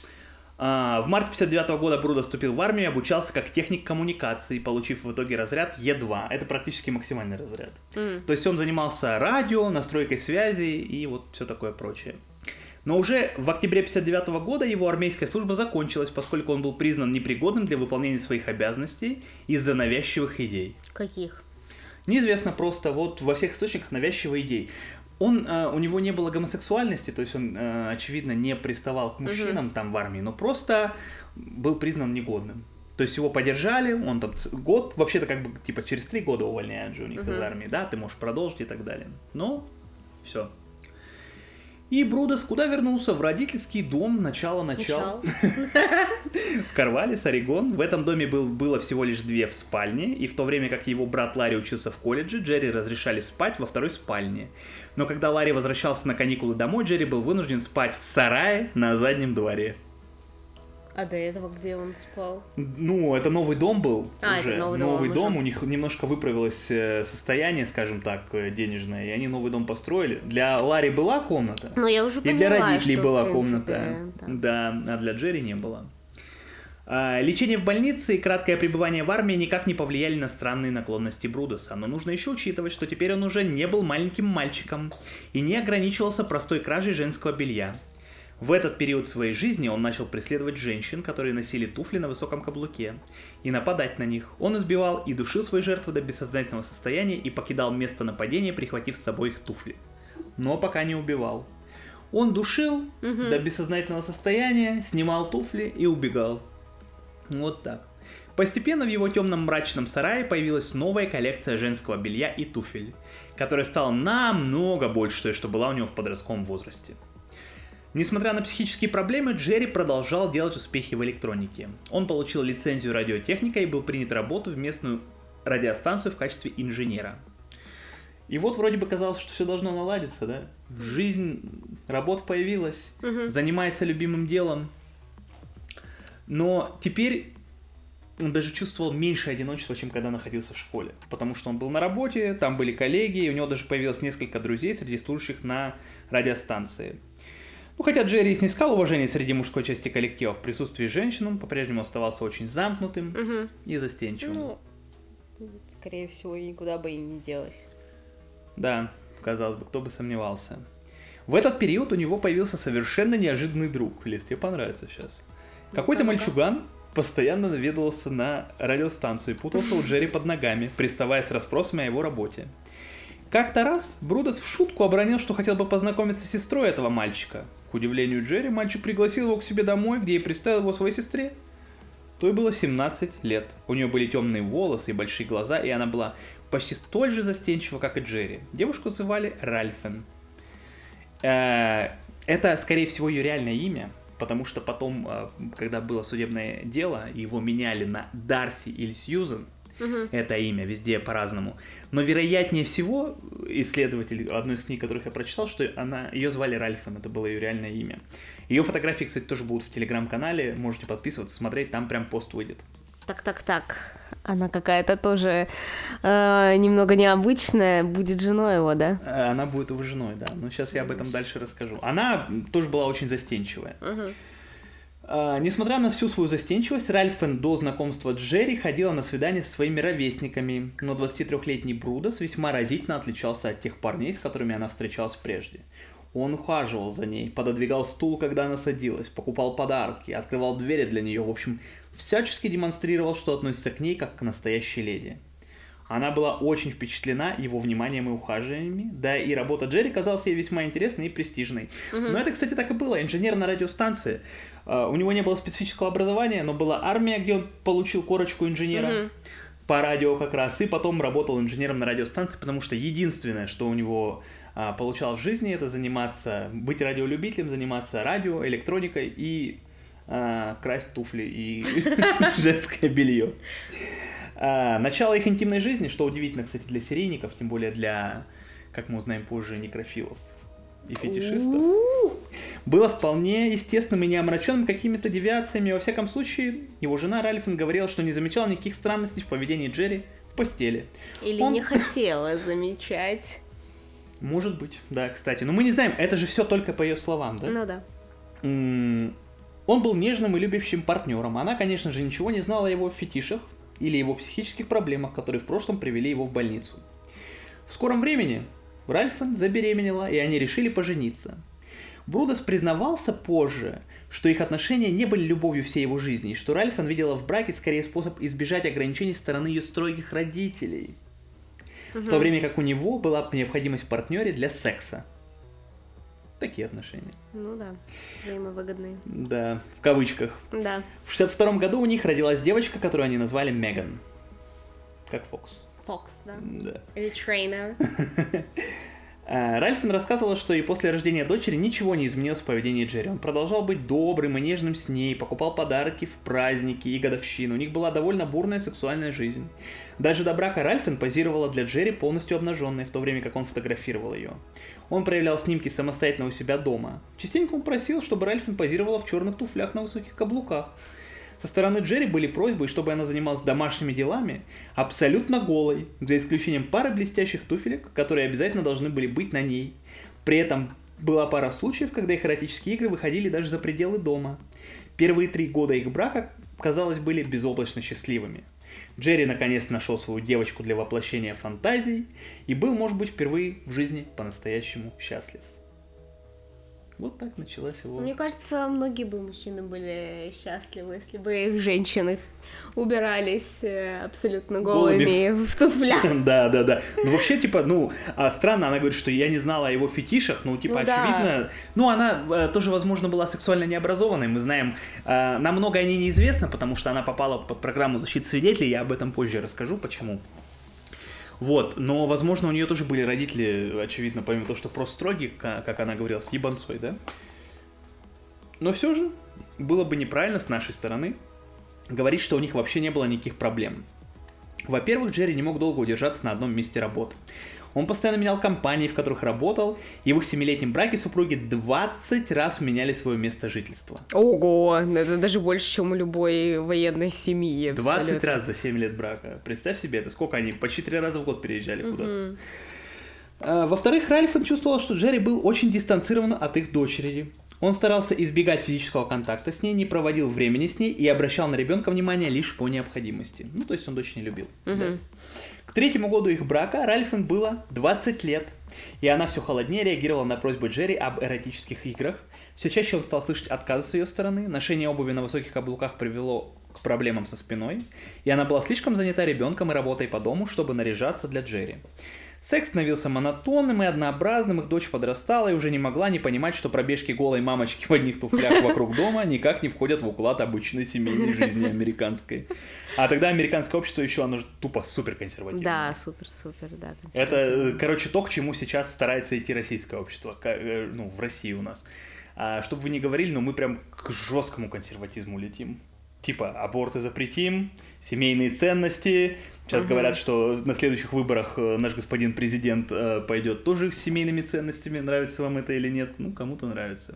Speaker 2: В марте пятьдесят девятого года Брудос вступил в армию и обучался как техник коммуникаций, получив в итоге разряд Е два. Это практически максимальный разряд. Mm. То есть он занимался радио, настройкой связи и вот все такое прочее. Но уже в октябре пятьдесят девятого года его армейская служба закончилась, поскольку он был признан непригодным для выполнения своих обязанностей из-за навязчивых идей.
Speaker 1: Каких?
Speaker 2: Неизвестно, просто вот во всех источниках навязчивые идеи. Он, э, у него не было гомосексуальности, то есть он, э, очевидно, не приставал к мужчинам uh-huh. там в армии, но просто был признан негодным. То есть его поддержали, он там год, вообще-то как бы типа через три года увольняют же у них uh-huh. из армии, да, ты можешь продолжить и так далее. Но все. И Брудос куда вернулся? В родительский дом начала-начал. В Карвалис, Орегон. В этом доме был, было всего лишь две в спальне, и в то время как его брат Ларри учился в колледже, Джерри разрешали спать во второй спальне. Но когда Ларри возвращался на каникулы домой, Джерри был вынужден спать в сарае на заднем дворе.
Speaker 1: А до этого где он спал?
Speaker 2: Ну, это новый дом был
Speaker 1: а,
Speaker 2: уже.
Speaker 1: Это новый,
Speaker 2: новый
Speaker 1: дом,
Speaker 2: дом,
Speaker 1: уже.
Speaker 2: У них немножко выправилось состояние, скажем так, денежное, и они новый дом построили. Для Ларри была комната,
Speaker 1: Но я уже
Speaker 2: и
Speaker 1: поняла,
Speaker 2: для родителей
Speaker 1: что,
Speaker 2: была
Speaker 1: в принципе,
Speaker 2: комната,
Speaker 1: да.
Speaker 2: да, а для Джерри не было. А, лечение в больнице и краткое пребывание в армии никак не повлияли на странные наклонности Брудоса, но нужно еще учитывать, что теперь он уже не был маленьким мальчиком и не ограничивался простой кражей женского белья. В этот период своей жизни он начал преследовать женщин, которые носили туфли на высоком каблуке, и нападать на них. Он избивал и душил свои жертвы до бессознательного состояния и покидал место нападения, прихватив с собой их туфли. Но пока не убивал. Он душил угу. до бессознательного состояния, снимал туфли и убегал. Вот так. Постепенно в его темном мрачном сарае появилась новая коллекция женского белья и туфель, которая стала намного больше той, что была у него в подростковом возрасте. Несмотря на психические проблемы, Джерри продолжал делать успехи в электронике. Он получил лицензию радиотехника и был принят в работу в местную радиостанцию в качестве инженера. И вот вроде бы казалось, что все должно наладиться, да? Жизнь, работа появилась, угу. занимается любимым делом. Но теперь он даже чувствовал меньше одиночества, чем когда находился в школе. Потому что он был на работе, там были коллеги, и у него даже появилось несколько друзей среди служащих на радиостанции. Ну, хотя Джерри снискал уважение среди мужской части коллектива, в присутствии женщин он по-прежнему оставался очень замкнутым угу. и застенчивым.
Speaker 1: Ну, скорее всего, никуда бы и не делось.
Speaker 2: Да, казалось бы, кто бы сомневался. В этот период у него появился совершенно неожиданный друг. Лиз, тебе понравится сейчас. Ну, Какой-то мальчуган постоянно наведывался на радиостанцию и путался у Джерри под ногами, приставая с расспросами о его работе. Как-то раз Брудос в шутку обронил, что хотел бы познакомиться с сестрой этого мальчика. К удивлению Джерри, мальчик пригласил его к себе домой, где и представил его своей сестре. Той было семнадцать лет. У нее были темные волосы и большие глаза, и она была почти столь же застенчива, как и Джерри. Девушку звали Ральфен. Это, скорее всего, ее реальное имя, потому что потом, когда было судебное дело, его меняли на Дарси или Сьюзен. Uh-huh. Это имя, везде по-разному. Но вероятнее всего, исследователь одной из книг, которых я прочитал, что она, ее звали Ральфен, это было ее реальное имя. Ее фотографии, кстати, тоже будут в телеграм-канале, можете подписываться, смотреть, там прям пост выйдет.
Speaker 1: Так-так-так, она какая-то тоже э, немного необычная, будет женой его, да?
Speaker 2: Она будет его женой, да, но сейчас я об этом дальше расскажу. Она тоже была очень застенчивая. Uh-huh. Uh, несмотря на всю свою застенчивость, Ральфен до знакомства с Джерри ходила на свидания со своими ровесниками, но двадцатитрёхлетний Брудос весьма разительно отличался от тех парней, с которыми она встречалась прежде. Он ухаживал за ней, пододвигал стул, когда она садилась, покупал подарки, открывал двери для нее, в общем, всячески демонстрировал, что относится к ней как к настоящей леди. Она была очень впечатлена его вниманием и ухаживаниями, да и работа Джерри казалась ей весьма интересной и престижной. Uh-huh. Но это, кстати, так и было. Инженер на радиостанции. Uh, у него не было специфического образования, но была армия, где он получил корочку инженера uh-huh. по радио как раз, и потом работал инженером на радиостанции, потому что единственное, что у него uh, получалось в жизни, это заниматься, быть радиолюбителем, заниматься радио, электроникой и uh, красть туфли и женское белье. А, начало их интимной жизни, что удивительно, кстати, для серийников, тем более для, как мы узнаем позже, некрофилов и фетишистов, было вполне естественным и не омраченным какими-то девиациями. Во всяком случае, его жена Ральфен говорила, что не замечала никаких странностей в поведении Джерри в постели.
Speaker 1: Или
Speaker 2: Он...
Speaker 1: не хотела замечать.
Speaker 2: Может быть, да, кстати. Но мы не знаем, это же все только по ее словам, да?
Speaker 1: Ну да.
Speaker 2: М- он был нежным и любящим партнером. Она, конечно же, ничего не знала о его фетишах или его психических проблемах, которые в прошлом привели его в больницу. В скором времени Ральфен забеременела, и они решили пожениться. Брудос признавался позже, что их отношения не были любовью всей его жизни, и что Ральфен видела в браке скорее способ избежать ограничений со стороны ее строгих родителей, угу. в то время как у него была необходимость в партнере для секса. Такие отношения.
Speaker 1: Ну да, взаимовыгодные.
Speaker 2: Да, в кавычках.
Speaker 1: Да.
Speaker 2: В шестьдесят втором году у них родилась девочка, которую они назвали Меган. Как Фокс.
Speaker 1: Фокс, да.
Speaker 2: Да.
Speaker 1: Или Трейнер.
Speaker 2: Ральфен рассказывала, что и после рождения дочери ничего не изменилось в поведении Джерри. Он продолжал быть добрым и нежным с ней, покупал подарки в праздники и годовщины. У них была довольно бурная сексуальная жизнь. Даже до брака Ральфен позировала для Джерри полностью обнаженной, в то время как он фотографировал ее. Он проявлял снимки самостоятельно у себя дома. Частенько он просил, чтобы Ральфен позировала в черных туфлях на высоких каблуках. Со стороны Джерри были просьбы, чтобы она занималась домашними делами абсолютно голой, за исключением пары блестящих туфелек, которые обязательно должны были быть на ней. При этом была пара случаев, когда их эротические игры выходили даже за пределы дома. Первые три года их брака, казалось, были безоблачно счастливыми. Джерри наконец нашел свою девочку для воплощения фантазий и был, может быть, впервые в жизни по-настоящему счастлив. Вот так началась его...
Speaker 1: Мне кажется, многие бы мужчины были счастливы, если бы их женщины убирались абсолютно голыми, голыми. в туфлях.
Speaker 2: Да, да, да. Ну, вообще, типа, ну, странно, она говорит, что я не знала о его фетишах, ну, типа, ну, очевидно... Да. Ну, она тоже, возможно, была сексуально необразованной, мы знаем, нам много о ней неизвестно, потому что она попала под программу защиты свидетелей, я об этом позже расскажу, почему. Вот, но, возможно, у нее тоже были родители, очевидно, помимо того, что просто строгие, как она говорила, с ебанцой, да? Но все же было бы неправильно с нашей стороны говорить, что у них вообще не было никаких проблем. Во-первых, Джерри не мог долго удержаться на одном месте работы. Он постоянно менял компании, в которых работал, и в их семилетнем браке супруги двадцать раз меняли свое место жительства.
Speaker 1: Ого, это даже больше, чем у любой военной семьи.
Speaker 2: двадцать
Speaker 1: абсолютно.
Speaker 2: раз за семь лет брака. Представь себе, это сколько они? Почти три раза в год переезжали
Speaker 1: Мгм.
Speaker 2: куда-то. А, Во-вторых, Ральфон чувствовал, что Джерри был очень дистанцирован от их дочери. Он старался избегать физического контакта с ней, не проводил времени с ней и обращал на ребенка внимание лишь по необходимости. Ну, то есть он дочь не любил.
Speaker 1: Мгм.
Speaker 2: Да. К третьему году их брака Ральфен было двадцать лет, и она все холоднее реагировала на просьбы Джерри об эротических играх. Все чаще он стал слышать отказы с ее стороны, ношение обуви на высоких каблуках привело к проблемам со спиной, и она была слишком занята ребенком и работой по дому, чтобы наряжаться для Джерри. Секс становился монотонным и однообразным, их дочь подрастала и уже не могла не понимать, что пробежки голой мамочки в одних туфлях вокруг дома никак не входят в уклад обычной семейной жизни американской. А тогда американское общество еще, оно же тупо супер консервативное.
Speaker 1: Да, супер-супер, да.
Speaker 2: Это,
Speaker 1: консервативно.
Speaker 2: короче, то, к чему сейчас старается идти российское общество, ка- э, ну, в России у нас. А, чтобы вы не говорили, но мы прям к жесткому консерватизму летим. Типа, аборты запретим, семейные ценности. Сейчас
Speaker 1: Мгм.
Speaker 2: говорят, что на следующих выборах э, наш господин президент э, пойдет тоже с семейными ценностями. Нравится вам это или нет? Ну, кому-то нравится.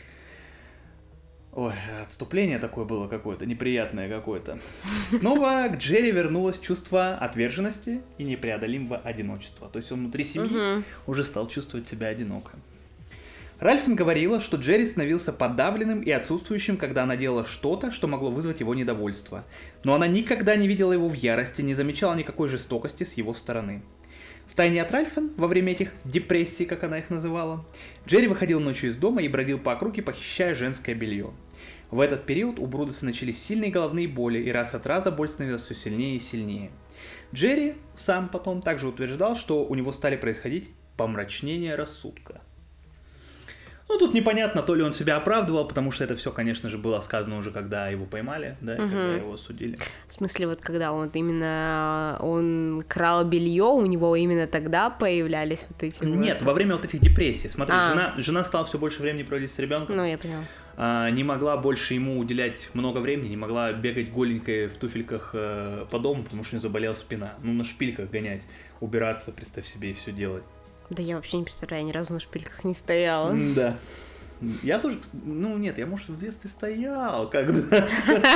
Speaker 2: Ой, отступление такое было какое-то, неприятное какое-то. Снова к Джерри вернулось чувство отверженности и непреодолимого одиночества. То есть он внутри семьи
Speaker 1: Мгм.
Speaker 2: уже стал чувствовать себя одиноко. Ральфин говорила, что Джерри становился подавленным и отсутствующим, когда она делала что-то, что могло вызвать его недовольство. Но она никогда не видела его в ярости, не замечала никакой жестокости с его стороны. Втайне от Ральфин, во время этих депрессий, как она их называла, Джерри выходил ночью из дома и бродил по округе, похищая женское белье. В этот период у Брудеса начались сильные головные боли, и раз от раза боль становилась все сильнее и сильнее. Джерри сам потом также утверждал, что у него стали происходить помрачнения рассудка. Ну, тут непонятно, то ли он себя оправдывал, потому что это все, конечно же, было сказано уже, когда его поймали, да, и
Speaker 1: Мгм.
Speaker 2: когда его осудили.
Speaker 1: В смысле, вот когда он именно он крал белье, у него именно тогда появлялись вот эти.
Speaker 2: Нет,
Speaker 1: вот...
Speaker 2: во время вот этих депрессий. Смотри,
Speaker 1: А.
Speaker 2: жена, жена стала все больше времени проводить с ребенком,
Speaker 1: Ну, я поняла.
Speaker 2: а, не могла больше ему уделять много времени, не могла бегать голенькой в туфельках э, по дому, потому что у нее заболела спина. Ну, на шпильках гонять, убираться, представь себе, и все делать.
Speaker 1: Да я вообще не представляю, ни разу на шпильках не стояла.
Speaker 2: Да. Я тоже, ну нет, я, может, в детстве стоял когда-то.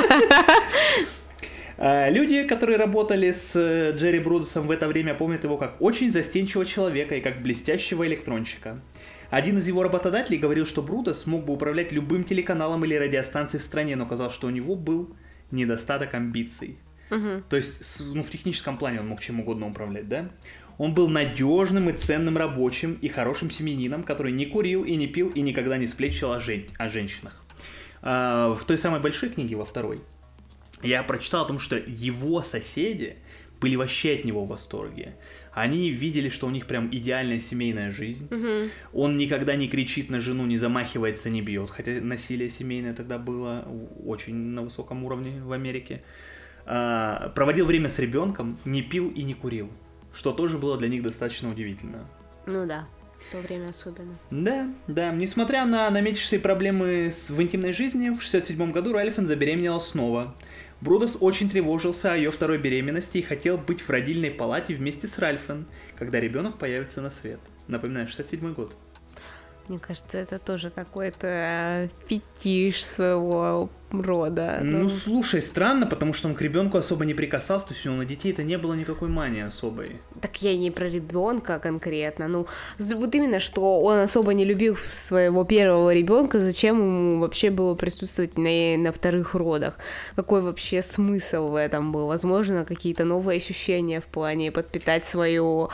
Speaker 2: А, Люди, которые работали с э, Джерри Брудесом в это время, помнят его как очень застенчивого человека и как блестящего электронщика. Один из его работодателей говорил, что Брудес мог бы управлять любым телеканалом или радиостанцией в стране, но казалось, что у него был недостаток амбиций.
Speaker 1: Мгм.
Speaker 2: То есть, с- ну, в техническом плане он мог чем угодно управлять, да? Он был надежным и ценным рабочим и хорошим семьянином, который не курил и не пил и никогда не сплетничал о, жен- о женщинах. А, в той самой большой книге, во второй, я прочитал о том, что его соседи были вообще от него в восторге. Они видели, что у них прям идеальная семейная жизнь.
Speaker 1: Мгм.
Speaker 2: Он никогда не кричит на жену, не замахивается, не бьет. Хотя насилие семейное тогда было очень на высоком уровне в Америке. А, проводил время с ребенком, не пил и не курил. Что тоже было для них достаточно удивительно.
Speaker 1: Ну да, в то время особенно.
Speaker 2: Да, да. Несмотря на наметившиеся проблемы с- в интимной жизни, в шестьдесят седьмом году Ральфин забеременела снова. Брудес очень тревожился о ее второй беременности и хотел быть в родильной палате вместе с Ральфин, когда ребенок появится на свет. Напоминаю, шестьдесят седьмой год.
Speaker 1: Мне кажется, это тоже какой-то фетиш своего рода.
Speaker 2: Ну, слушай, странно, потому что он к ребенку особо не прикасался, то есть у него на детей-то не было никакой мании особой.
Speaker 1: Так я не про ребенка конкретно. Ну, з- вот именно, что он особо не любил своего первого ребенка, зачем ему вообще было присутствовать на, на вторых родах? Какой вообще смысл в этом был? Возможно, какие-то новые ощущения в плане подпитать свою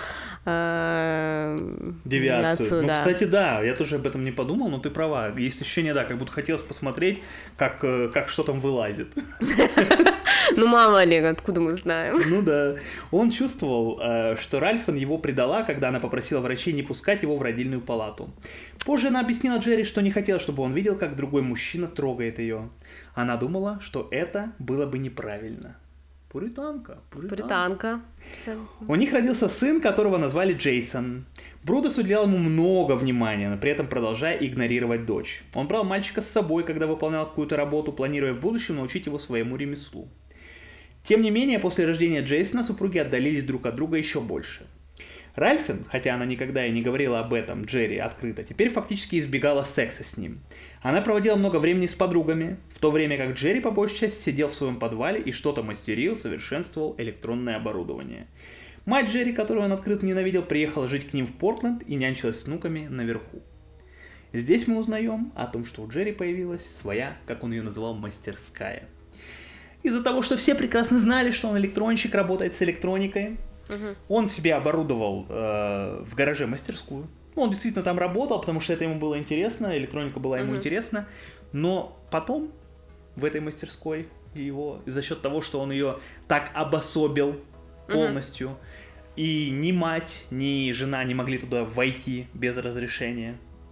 Speaker 1: э,
Speaker 2: Девиацию.
Speaker 1: нацию,
Speaker 2: Ну,
Speaker 1: да.
Speaker 2: кстати, да, я тоже об этом не подумал, но ты права. Есть ощущение, да, как будто хотелось посмотреть, как, э, как что там вылазит.
Speaker 1: Ну, мало ли, откуда мы знаем.
Speaker 2: Ну да. Он чувствовал, э, что Ральфин его предала, когда она попросила врачей не пускать его в родильную палату. Позже она объяснила Джерри, что не хотела, чтобы он видел, как другой мужчина трогает ее. Она думала, что это было бы неправильно. Пуританка. Пуританка.
Speaker 1: Британка.
Speaker 2: У них родился сын, которого назвали Джейсон. Брудос уделял ему много внимания, но при этом продолжая игнорировать дочь. Он брал мальчика с собой, когда выполнял какую-то работу, планируя в будущем научить его своему ремеслу. Тем не менее, после рождения Джейсона супруги отдалились друг от друга еще больше. Ральфин, хотя она никогда и не говорила об этом Джерри открыто, теперь фактически избегала секса с ним. Она проводила много времени с подругами, в то время как Джерри по большей части сидел в своем подвале и что-то мастерил, совершенствовал электронное оборудование. Мать Джерри, которую он открыто ненавидел, приехала жить к ним в Портленд и нянчилась с внуками наверху. Здесь мы узнаем о том, что у Джерри появилась своя, как он ее называл, мастерская. Из-за того, что все прекрасно знали, что он электронщик, работает с электроникой, Uh-huh. он себе оборудовал э, в гараже мастерскую. Ну, он действительно там работал, потому что это ему было интересно, электроника была ему uh-huh. интересна. Но потом в этой мастерской его, за счет того, что он ее так обособил полностью, uh-huh. и ни мать, ни жена не могли туда войти без разрешения,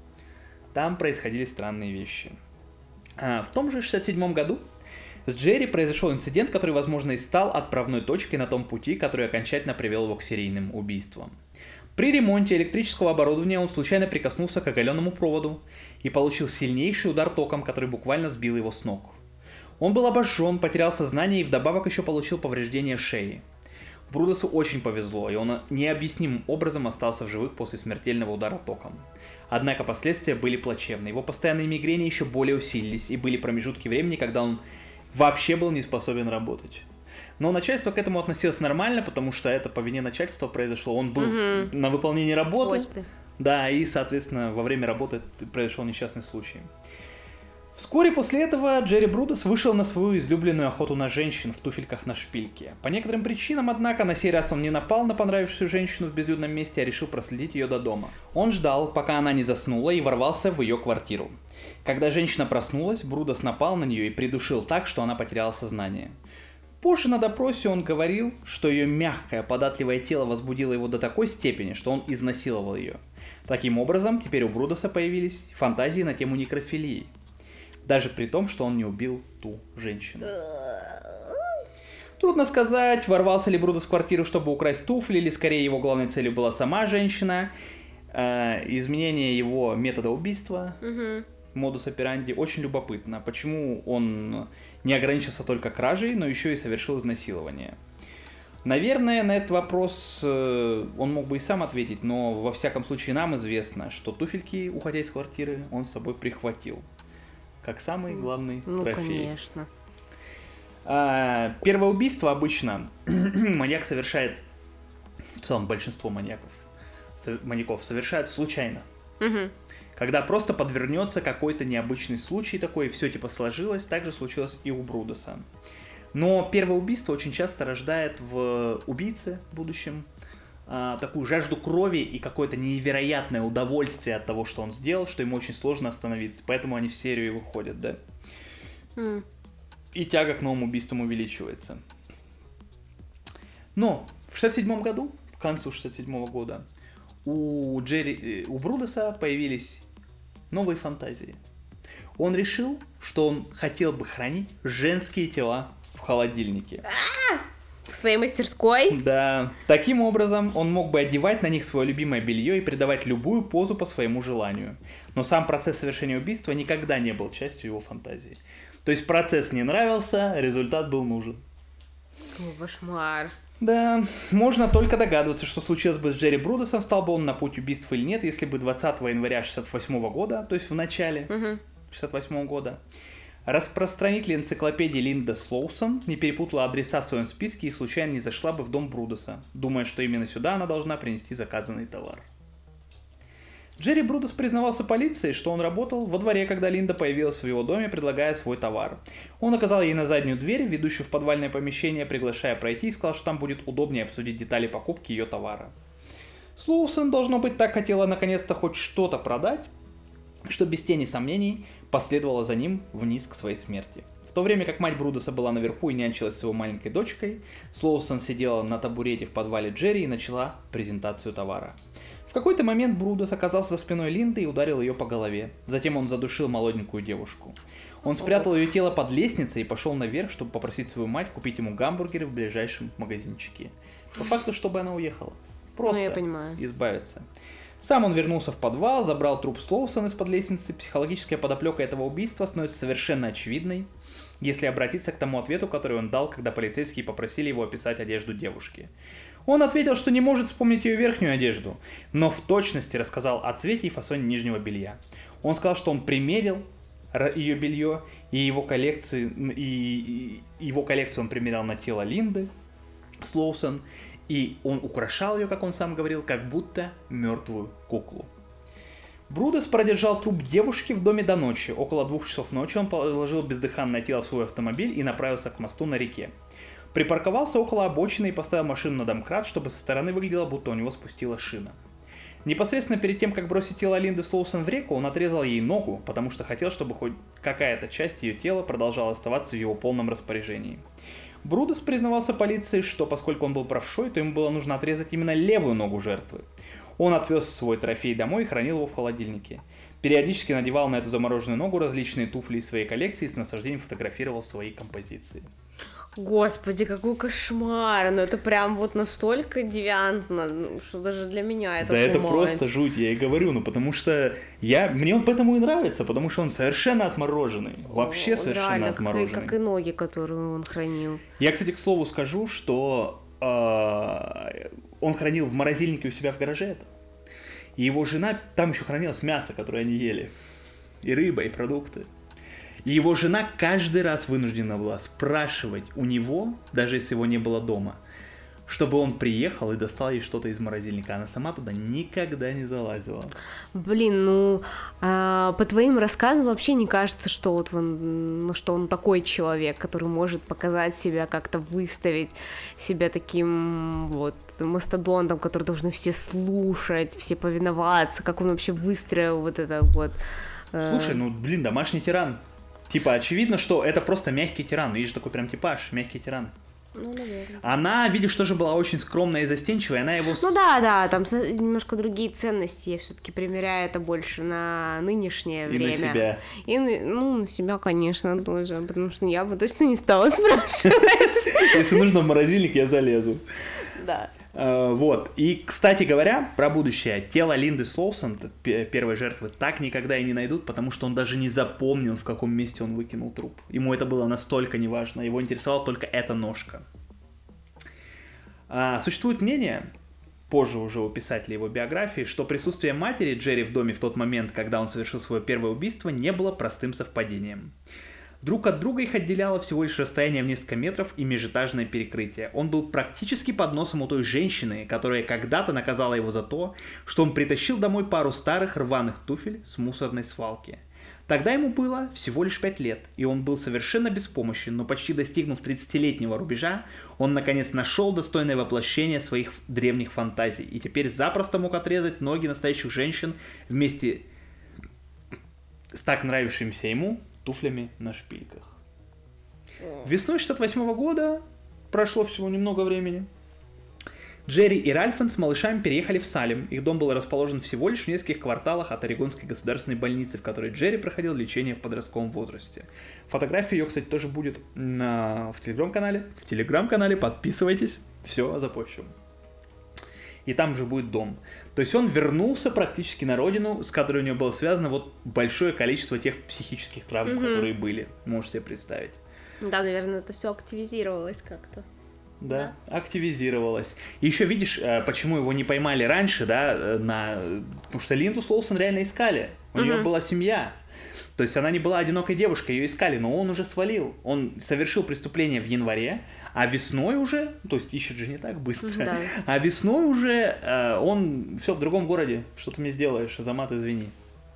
Speaker 2: там происходили странные вещи. А в том же шестьдесят седьмом году с Джерри произошел инцидент, который, возможно, и стал отправной точкой на том пути, который окончательно привел его к серийным убийствам. При ремонте электрического оборудования он случайно прикоснулся к оголенному проводу и получил сильнейший удар током, который буквально сбил его с ног. Он был обожжен, потерял сознание и вдобавок еще получил повреждение шеи. Брудосу очень повезло, и он необъяснимым образом остался в живых после смертельного удара током. Однако последствия были плачевны. Его постоянные мигрени еще более усилились, и были промежутки времени, когда он вообще был не способен работать. Но начальство к этому относилось нормально, потому что это по вине начальства произошло. Он был угу. на выполнении работы. Почты. Да, и, соответственно, во время работы произошел несчастный случай. Вскоре после этого Джерри Брудос вышел на свою излюбленную охоту на женщин в туфельках на шпильке. По некоторым причинам, однако, на сей раз он не напал на понравившуюся женщину в безлюдном месте, а решил проследить ее до дома. Он ждал, пока она не заснула, и ворвался в ее квартиру. Когда женщина проснулась, Брудос напал на нее и придушил так, что она потеряла сознание. Позже на допросе он говорил, что ее мягкое, податливое тело возбудило его до такой степени, что он изнасиловал ее. Таким образом, теперь у Брудоса появились фантазии на тему некрофилии. Даже при том, что он не убил ту женщину. Трудно сказать, ворвался ли Брудос в квартиру, чтобы украсть туфли, или скорее его главной целью была сама женщина. Э, изменение его метода убийства, угу. модус операнди, очень любопытно. Почему он не ограничился только кражей, но еще и совершил изнасилование? Наверное, на этот вопрос э, он мог бы и сам ответить, но во всяком случае нам известно, что туфельки, уходя из квартиры, он с собой прихватил. Как самый главный
Speaker 1: ну,
Speaker 2: трофей.
Speaker 1: Конечно.
Speaker 2: А, первое убийство обычно маньяк совершает, в целом большинство маньяков, маньяков совершают случайно. Угу. Когда просто подвернется какой-то необычный случай такой, все типа сложилось, так же случилось и у Брудоса. Но первое убийство очень часто рождает в убийце в будущем а, такую жажду крови и какое-то невероятное удовольствие от того, что он сделал, что ему очень сложно остановиться. Поэтому они в серию и выходят, да? Mm. И тяга к новым убийствам увеличивается. Но в шестьдесят седьмом году, к концу шестьдесят седьмого года, у, Джерри, у Брудоса появились новые фантазии. Он решил, что он хотел бы хранить женские тела в холодильнике.
Speaker 1: В своей мастерской?
Speaker 2: Да. Таким образом, он мог бы одевать на них свое любимое белье и придавать любую позу по своему желанию. Но сам процесс совершения убийства никогда не был частью его фантазии. То есть процесс не нравился, результат был нужен.
Speaker 1: О, кошмар.
Speaker 2: Да, можно только догадываться, что случилось бы с Джерри Брудосом, стал бы он на путь убийства или нет, если бы двадцатого января шестьдесят восьмого года, то есть в начале угу. шестьдесят восьмого года, распространитель энциклопедии Линда Слоусон не перепутала адреса в своем списке и случайно не зашла бы в дом Брудоса, думая, что именно сюда она должна принести заказанный товар. Джерри Брудос признавался полиции, что он работал во дворе, когда Линда появилась в его доме, предлагая свой товар. Он указал ей на заднюю дверь, ведущую в подвальное помещение, приглашая пройти, и сказал, что там будет удобнее обсудить детали покупки ее товара. Слоусон, должно быть, так хотела наконец-то хоть что-то продать, что без тени сомнений последовала за ним вниз к своей смерти. В то время как мать Брудоса была наверху и нянчилась с его маленькой дочкой, Слоусон сидела на табурете в подвале Джерри и начала презентацию товара. В какой-то момент Брудос оказался за спиной Линды и ударил ее по голове. Затем он задушил молоденькую девушку. Он спрятал ее тело под лестницей и пошел наверх, чтобы попросить свою мать купить ему гамбургеры в ближайшем магазинчике. По факту, чтобы она уехала. Просто
Speaker 1: ну, я понимаю.
Speaker 2: избавиться. Сам он вернулся в подвал, забрал труп Слоусона из-под лестницы. Психологическая подоплека этого убийства становится совершенно очевидной, если обратиться к тому ответу, который он дал, когда полицейские попросили его описать одежду девушки. Он ответил, что не может вспомнить ее верхнюю одежду, но в точности рассказал о цвете и фасоне нижнего белья. Он сказал, что он примерил ее белье, и его коллекцию, и, и его коллекцию он примерял на тело Линды Слоусон, и он украшал ее, как он сам говорил, как будто мертвую куклу. Брудос продержал труп девушки в доме до ночи. Около двух часов ночи он положил бездыханное тело в свой автомобиль и направился к мосту на реке. Припарковался около обочины и поставил машину на домкрат, чтобы со стороны выглядело, будто у него спустила шина. Непосредственно перед тем, как бросить тело Линды Слоусон в реку, он отрезал ей ногу, потому что хотел, чтобы хоть какая-то часть ее тела продолжала оставаться в его полном распоряжении. Брудос признавался полиции, что поскольку он был правшой, то ему было нужно отрезать именно левую ногу жертвы. Он отвез свой трофей домой и хранил его в холодильнике. Периодически надевал на эту замороженную ногу различные туфли из своей коллекции и с наслаждением фотографировал свои композиции.
Speaker 1: Господи, какой кошмар! Ну это прям вот настолько девиантно, ну, что даже для меня это
Speaker 2: Да
Speaker 1: это
Speaker 2: просто жуть, я и говорю, ну потому что я, мне он поэтому и нравится, потому что он совершенно отмороженный, вообще
Speaker 1: он
Speaker 2: совершенно
Speaker 1: реально,
Speaker 2: отмороженный.
Speaker 1: Как и, как и ноги, которые он хранил.
Speaker 2: Я, кстати, к слову скажу, что э, он хранил в морозильнике у себя в гараже это, и его жена, там еще хранилось мясо, которое они ели, и рыба, и продукты. И его жена каждый раз вынуждена была спрашивать у него, даже если его не было дома, чтобы он приехал и достал ей что-то из морозильника. Она сама туда никогда не залазила.
Speaker 1: Блин, ну, а, по твоим рассказам вообще не кажется, что вот он, ну, что он такой человек, который может показать себя, как-то выставить себя таким вот мастодонтом, который должны все слушать, все повиноваться, как он вообще выстроил вот это вот...
Speaker 2: Э... Слушай, ну, блин, домашний тиран. Типа, очевидно, что это просто мягкий тиран. Видишь, такой прям типаж, мягкий тиран.
Speaker 1: Ну, наверное.
Speaker 2: Она, видишь, тоже была очень скромная и застенчивая, она его...
Speaker 1: Ну да, да, там немножко другие ценности, я все-таки примеряю это больше на нынешнее
Speaker 2: и
Speaker 1: время.
Speaker 2: И на себя.
Speaker 1: И, ну, на себя, конечно, тоже, потому что я бы точно не стала спрашивать.
Speaker 2: Если нужно в морозильник, я залезу.
Speaker 1: Да.
Speaker 2: Uh, вот. И, кстати говоря, про будущее. Тело Линды Слоусон, первой жертвы, так никогда и не найдут, потому что он даже не запомнил, в каком месте он выкинул труп. Ему это было настолько неважно. Его интересовала только эта ножка. Uh, существует мнение, позже уже у писателя его биографии, что присутствие матери Джерри в доме в тот момент, когда он совершил свое первое убийство, не было простым совпадением. Друг от друга их отделяло всего лишь расстояние в несколько метров и межэтажное перекрытие. Он был практически под носом у той женщины, которая когда-то наказала его за то, что он притащил домой пару старых рваных туфель с мусорной свалки. Тогда ему было всего лишь пять лет, и он был совершенно беспомощен, но почти достигнув тридцатилетнего рубежа, он наконец нашел достойное воплощение своих древних фантазий, и теперь запросто мог отрезать ноги настоящих женщин вместе с так нравившимся ему туфлями на шпильках. Весной шестьдесят восьмого года, прошло всего немного времени, Джерри и Ральфен с малышами переехали в Салем. Их дом был расположен всего лишь в нескольких кварталах от Орегонской государственной больницы, в которой Джерри проходил лечение в подростковом возрасте. Фотография ее, кстати, тоже будет на... в телеграм-канале. В телеграм-канале подписывайтесь, все запущу. И там же будет дом. То есть он вернулся практически на родину, с которой у него было связано вот большое количество тех психических травм, mm-hmm. которые были. Можете себе представить.
Speaker 1: Да, наверное, это все активизировалось как-то.
Speaker 2: Да, да, активизировалось. И еще видишь, почему его не поймали раньше, да, на... потому что Линду Слоусон реально искали. У mm-hmm. нее была семья. То есть она не была одинокой девушкой, ее искали, но он уже свалил. Он совершил преступление в январе, а весной уже, то есть ищет же не так быстро, да. а весной уже э, он все в другом городе. Что ты мне сделаешь, Азамат, извини.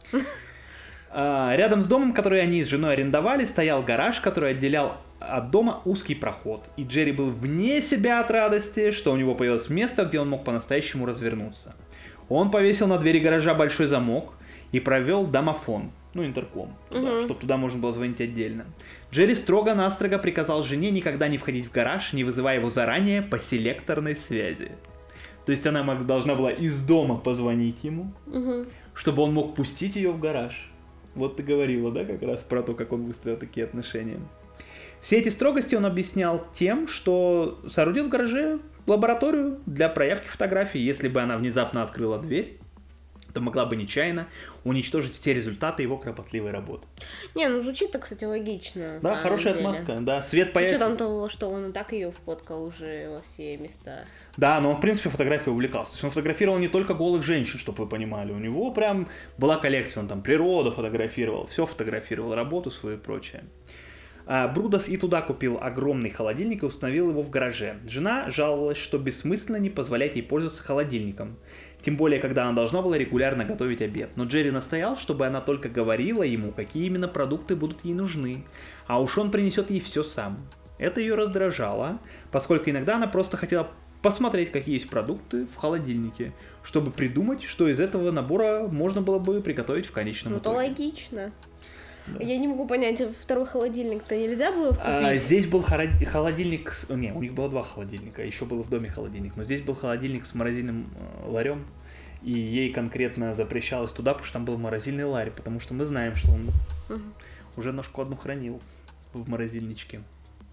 Speaker 2: Рядом с домом, который они с женой арендовали, стоял гараж, который отделял от дома узкий проход. И Джерри был вне себя от радости, что у него появилось место, где он мог по-настоящему развернуться. Он повесил на двери гаража большой замок и провел домофон. Ну, интерком, туда, uh-huh. чтобы туда можно было звонить отдельно. Джерри строго-настрого приказал жене никогда не входить в гараж, не вызывая его заранее по селекторной связи. То То есть она мог, должна была из дома позвонить ему,
Speaker 1: Угу.
Speaker 2: чтобы он мог пустить ее в гараж. Вот ты говорила, да, как раз про то, как он выстроил такие отношения. Все эти строгости он объяснял тем, что соорудил в гараже лабораторию для проявки фотографий. Если бы она внезапно открыла дверь, то могла бы нечаянно уничтожить все результаты его кропотливой работы.
Speaker 1: Не, ну звучит-то, кстати, логично. на
Speaker 2: Да,
Speaker 1: самом
Speaker 2: хорошая
Speaker 1: деле.
Speaker 2: отмазка, да, свет
Speaker 1: С
Speaker 2: появится.
Speaker 1: учетом того, что он и так ее вфоткал уже во все места.
Speaker 2: Да, но он, в принципе, фотографией увлекался. То есть он фотографировал не только голых женщин, чтобы вы понимали. У него прям была коллекция, он там природу фотографировал, все фотографировал, работу свою и прочее. А Брудос и туда купил огромный холодильник и установил его в гараже. Жена жаловалась, что бессмысленно не позволять ей пользоваться холодильником. Тем более, когда она должна была регулярно готовить обед. Но Джерри настоял, чтобы она только говорила ему, какие именно продукты будут ей нужны. А уж он принесет ей все сам. Это ее раздражало, поскольку иногда она просто хотела посмотреть, какие есть продукты в холодильнике, чтобы придумать, что из этого набора можно было бы приготовить в конечном
Speaker 1: Ну,
Speaker 2: итоге.
Speaker 1: то логично. Я не могу понять, второй холодильник-то нельзя было купить?
Speaker 2: А, здесь был хоро- холодильник, с... не, у них было два холодильника, еще был в доме холодильник, но здесь был холодильник с морозильным э, ларем, и ей конкретно запрещалось туда, потому что там был морозильный ларь, потому что мы знаем, что он
Speaker 1: Угу.
Speaker 2: уже ножку одну хранил в морозильничке.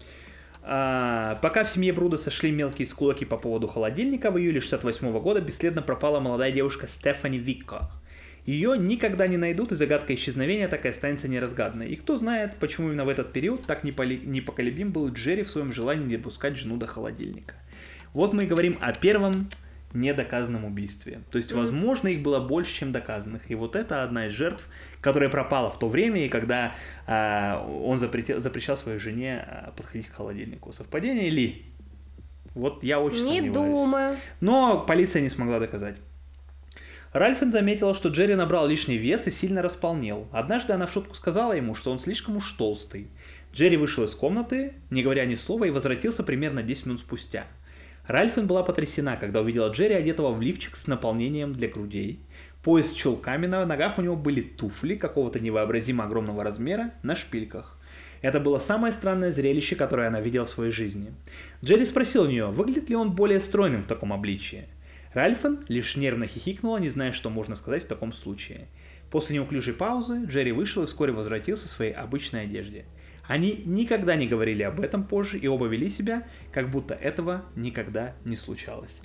Speaker 2: А, пока в семье Брудоса шли мелкие склоки по поводу холодильника, в июле шестьдесят восьмого года бесследно пропала молодая девушка Стефани Викко. Ее никогда не найдут, и загадка исчезновения так и останется неразгаданной. И кто знает, почему именно в этот период так неполи- непоколебим был Джерри в своем желании не допускать жену до холодильника. Вот мы и говорим о первом недоказанном убийстве. То есть, возможно, их было больше, чем доказанных. И вот это одна из жертв, которая пропала в то время, и когда э, он запретил, запрещал своей жене э, подходить к холодильнику. Совпадение ли? Вот я очень
Speaker 1: Не
Speaker 2: сомневаюсь.
Speaker 1: думаю.
Speaker 2: Но полиция не смогла доказать. Ральфин заметила, что Джерри набрал лишний вес и сильно располнел. Однажды она в шутку сказала ему, что он слишком уж толстый. Джерри вышел из комнаты, не говоря ни слова, и возвратился примерно десять минут спустя. Ральфин была потрясена, когда увидела Джерри, одетого в лифчик с наполнением для грудей. Пояс с чулками, на ногах у него были туфли какого-то невообразимо огромного размера на шпильках. Это было самое странное зрелище, которое она видела в своей жизни. Джерри спросил у нее, выглядит ли он более стройным в таком обличии. Ральфин лишь нервно хихикнула, не зная, что можно сказать в таком случае. После неуклюжей паузы Джерри вышел и вскоре возвратился в своей обычной одежде. Они никогда не говорили об этом позже и оба вели себя, как будто этого никогда не случалось.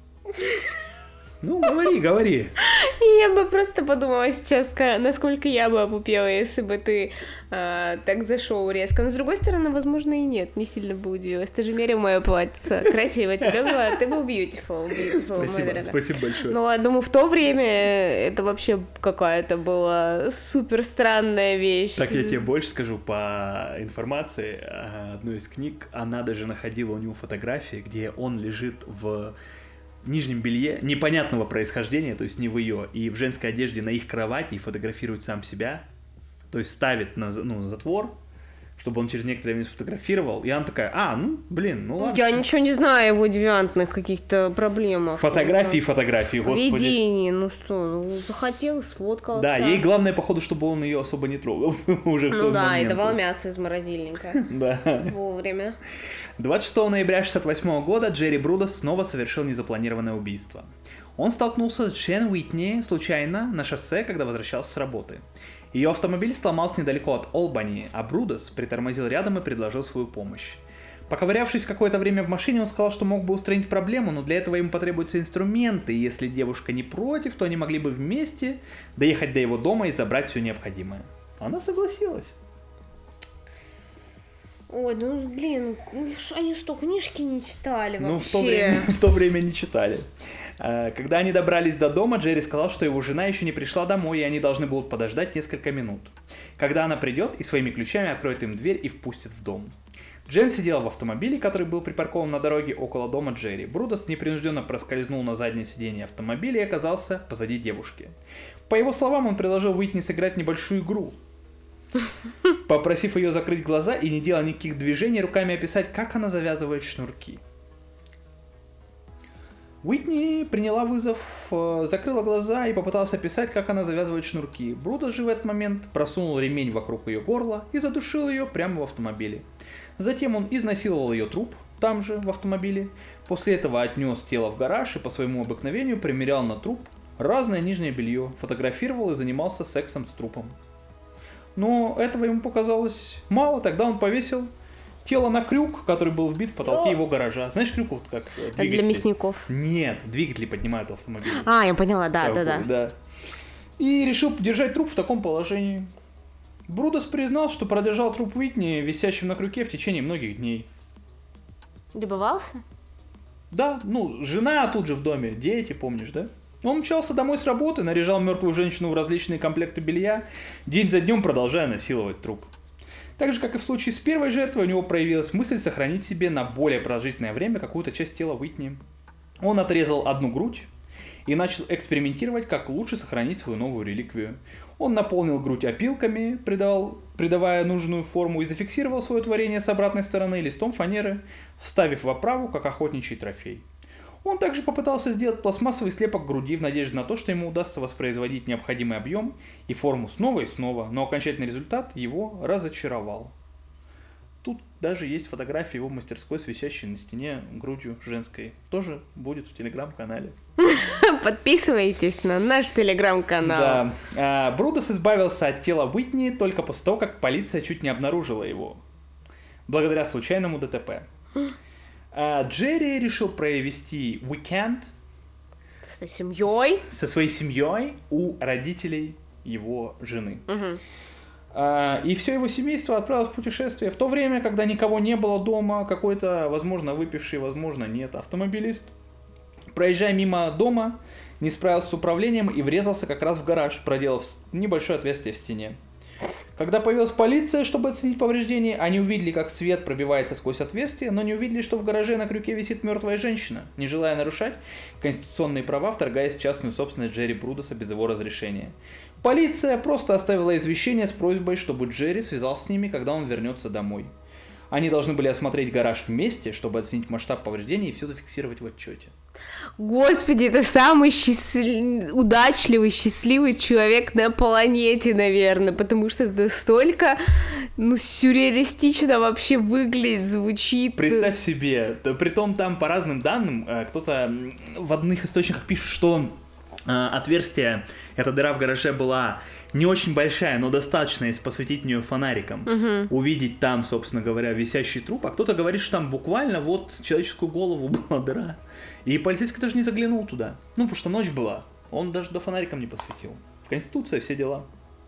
Speaker 2: Ну, говори, говори.
Speaker 1: Я бы просто подумала сейчас, ка- насколько я бы опупела, если бы ты а, так зашел резко. Но с другой стороны, возможно, и нет, не сильно бы удивилась. Ты же мерил мое платьице. Красиво тебе было, ты был beautiful, beautiful, мой
Speaker 2: Спасибо,
Speaker 1: дорогой.
Speaker 2: спасибо большое.
Speaker 1: Ну, я думаю, в то время это вообще какая-то была супер странная вещь.
Speaker 2: Так я тебе больше скажу, по информации одной из книг, она даже находила у него фотографии, где он лежит в нижнем белье непонятного происхождения, то есть не в ее, и в женской одежде на их кровати и фотографирует сам себя, то есть ставит на, ну, на затвор, чтобы он через некоторое время сфотографировал, и она такая, а, ну, блин, ну ладно.
Speaker 1: Я ничего не знаю о его девиантных каких-то проблемах.
Speaker 2: Фотографии, фотографии, господи.
Speaker 1: Видение, ну что, ну, захотел, сфоткался.
Speaker 2: Да, ей главное, походу, чтобы он ее особо не трогал уже в
Speaker 1: Ну
Speaker 2: тот
Speaker 1: да,
Speaker 2: момент.
Speaker 1: и давал мясо из морозильника.
Speaker 2: Да.
Speaker 1: Вовремя.
Speaker 2: двадцать шестого ноября шестьдесят восьмого года Джерри Брудос снова совершил незапланированное убийство. Он столкнулся с Джен Уитни случайно на шоссе, когда возвращался с работы. Ее автомобиль сломался недалеко от Олбани, а Брудос притормозил рядом и предложил свою помощь. Поковырявшись какое-то время в машине, он сказал, что мог бы устранить проблему, но для этого ему потребуются инструменты, и если девушка не против, то они могли бы вместе доехать до его дома и забрать все необходимое. Она согласилась.
Speaker 1: Ой, ну блин, они что, книжки не читали вообще?
Speaker 2: Ну, в то время, в то время не читали. Когда они добрались до дома, Джерри сказал, что его жена еще не пришла домой, и они должны будут подождать несколько минут. Когда она придет и своими ключами откроет им дверь и впустит в дом. Джен сидела в автомобиле, который был припаркован на дороге около дома Джерри. Брудос непринужденно проскользнул на заднее сиденье автомобиля и оказался позади девушки. По его словам, он предложил Уитни сыграть небольшую игру, попросив ее закрыть глаза и не делая никаких движений, руками описать, как она завязывает шнурки. Уитни приняла вызов, закрыла глаза и попыталась описать, как она завязывает шнурки. Брудос же в этот момент просунул ремень вокруг ее горла и задушил ее прямо в автомобиле. Затем он изнасиловал ее труп, там же, в автомобиле. После этого отнес тело в гараж и по своему обыкновению примерял на труп разное нижнее белье, фотографировал и занимался сексом с трупом. Но этого ему показалось мало, тогда он повесил тело на крюк, который был вбит в потолке его гаража. Знаешь, крюк вот как двигатель?
Speaker 1: Для мясников.
Speaker 2: Нет, двигатели поднимают автомобиль.
Speaker 1: А, я поняла, да,
Speaker 2: Такой,
Speaker 1: да, да,
Speaker 2: да. И решил держать труп в таком положении. Брудос признал, что продержал труп Уитни висящим на крюке в течение многих дней.
Speaker 1: Добывался?
Speaker 2: Да, ну, жена тут же в доме, дети, помнишь, да? Он мчался домой с работы, наряжал мертвую женщину в различные комплекты белья, день за днем продолжая насиловать труп. Так же, как и в случае с первой жертвой, у него проявилась мысль сохранить себе на более продолжительное время какую-то часть тела Уитни. Он отрезал одну грудь и начал экспериментировать, как лучше сохранить свою новую реликвию. Он наполнил грудь опилками, придавал, придавая нужную форму, и зафиксировал свое творение с обратной стороны листом фанеры, вставив в оправу, как охотничий трофей. Он также попытался сделать пластмассовый слепок груди в надежде на то, что ему удастся воспроизводить необходимый объем и форму снова и снова, но окончательный результат его разочаровал. Тут даже есть фотография его мастерской, висящей на стене грудью женской. Тоже будет в телеграм-канале.
Speaker 1: Подписывайтесь на наш телеграм-канал.
Speaker 2: Да. Брудос избавился от тела Уитни только после того, как полиция чуть не обнаружила его. Благодаря случайному ДТП. Джерри решил провести уикенд
Speaker 1: со своей семьей,
Speaker 2: со своей семьей у родителей его жены.
Speaker 1: Угу.
Speaker 2: И все его семейство отправилось в путешествие. В то время, когда никого не было дома, какой-то, возможно, выпивший, возможно, нет, автомобилист, проезжая мимо дома, не справился с управлением и врезался как раз в гараж, проделав небольшое отверстие в стене. Когда появилась полиция, чтобы оценить повреждения, они увидели, как свет пробивается сквозь отверстие, но не увидели, что в гараже на крюке висит мертвая женщина, не желая нарушать конституционные права, вторгаясь в частную собственность Джерри Брудоса без его разрешения. Полиция просто оставила извещение с просьбой, чтобы Джерри связался с ними, когда он вернется домой. Они должны были осмотреть гараж вместе, чтобы оценить масштаб повреждений и все зафиксировать в отчете.
Speaker 1: Господи, это самый счастлив... удачливый, счастливый человек на планете, наверное, потому что это столько, ну, сюрреалистично вообще выглядит, звучит.
Speaker 2: Представь себе, притом там по разным данным, кто-то в одних источниках пишет, что отверстие, эта дыра в гараже была не очень большая, но достаточно, если посветить в нее фонариком, угу. увидеть там, собственно говоря, висящий труп, а кто-то говорит, что там буквально вот в человеческую голову была дыра. И полицейский даже не заглянул туда, ну, потому что ночь была, он даже до фонариком не посветил. Конституция, все дела.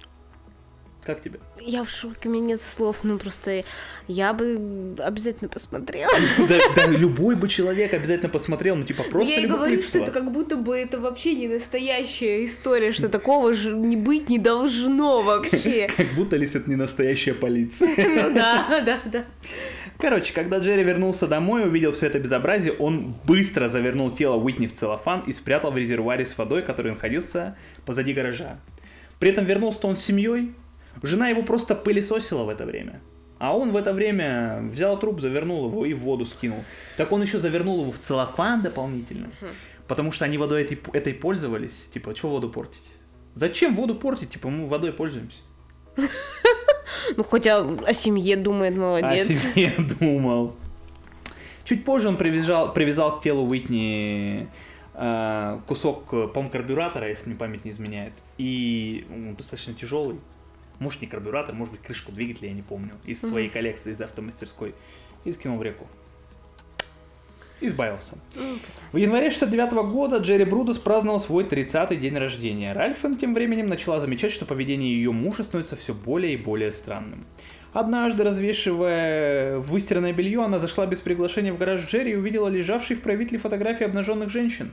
Speaker 2: Как тебе?
Speaker 1: Я в шоке, у меня нет слов, ну просто я бы обязательно посмотрела.
Speaker 2: Да, да, любой бы человек обязательно посмотрел, ну типа просто
Speaker 1: я
Speaker 2: любопытство. Я
Speaker 1: говорю, что это как будто бы это вообще не настоящая история, что такого же не быть не должно вообще.
Speaker 2: Как будто ли это не настоящая полиция.
Speaker 1: Ну да, да, да.
Speaker 2: Короче, когда Джерри вернулся домой и увидел все это безобразие, он быстро завернул тело Уитни в целлофан и спрятал в резервуаре с водой, который находился позади гаража. При этом вернулся он с семьей. Жена его просто пылесосила в это время. А он в это время взял труп, завернул его и в воду скинул. Так он еще завернул его в целлофан дополнительно. Uh-huh. Потому что они водой этой, этой пользовались. Типа, что воду портить? Зачем воду портить? Типа, мы водой пользуемся.
Speaker 1: Ну, хотя о семье думает, молодец.
Speaker 2: О семье думал. Чуть позже он привязал, привязал к телу Уитни э, кусок, по-моему, карбюратора, если мне память не изменяет. И он достаточно тяжелый. Может, не карбюратор, может быть, крышку двигателя, я не помню. Из своей mm-hmm. коллекции, из автомастерской. И скинул в реку. Избавился. Mm-hmm. В январе шестьдесят девятого года Джерри Брудос праздновал свой тридцатый день рождения. Ральфен тем временем начала замечать, что поведение ее мужа становится все более и более странным. Однажды, развешивая выстиранное белье, она зашла без приглашения в гараж Джерри и увидела лежавшие в правителе фотографии обнаженных женщин.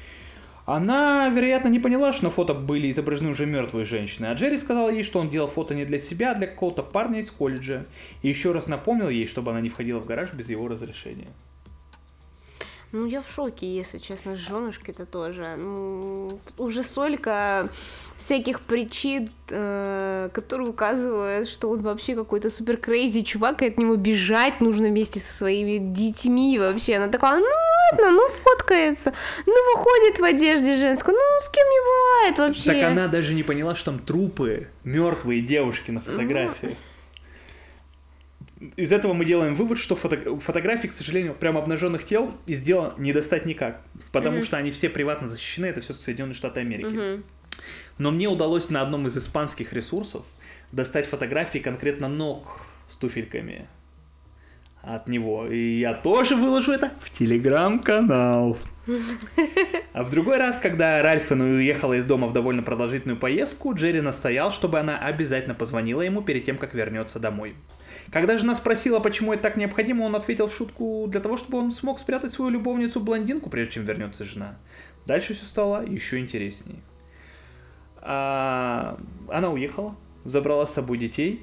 Speaker 2: Она, вероятно, не поняла, что на фото были изображены уже мертвые женщины, а Джерри сказал ей, что он делал фото не для себя, а для какого-то парня из колледжа, и еще раз напомнил ей, чтобы она не входила в гараж без его разрешения.
Speaker 1: Ну, я в шоке, если честно, с женушкой-то тоже. Ну, уже столько всяких причин, э, которые указывают, что он вообще какой-то супер крейзи чувак, и от него бежать нужно вместе со своими детьми вообще. Она такая, ну ладно, ну фоткается, ну выходит в одежде женской, ну с кем не бывает вообще.
Speaker 2: Так она даже не поняла, что там трупы, мертвые девушки на фотографии. Из этого мы делаем вывод, что фото- фотографии, к сожалению, прямо обнаженных тел из дела не достать никак, потому mm-hmm. что они все приватно защищены, это все Соединенные Штаты Америки. Mm-hmm. Но мне удалось на одном из испанских ресурсов достать фотографии конкретно ног с туфельками от него, и я тоже выложу это в телеграм-канал. А в другой раз, когда Ральфин уехала из дома в довольно продолжительную поездку, Джерри настоял, чтобы она обязательно позвонила ему перед тем, как вернется домой. Когда жена спросила, почему это так необходимо, он ответил в шутку для того, чтобы он смог спрятать свою любовницу-блондинку, прежде чем вернется жена. Дальше все стало еще интереснее. А... Она уехала, забрала с собой детей,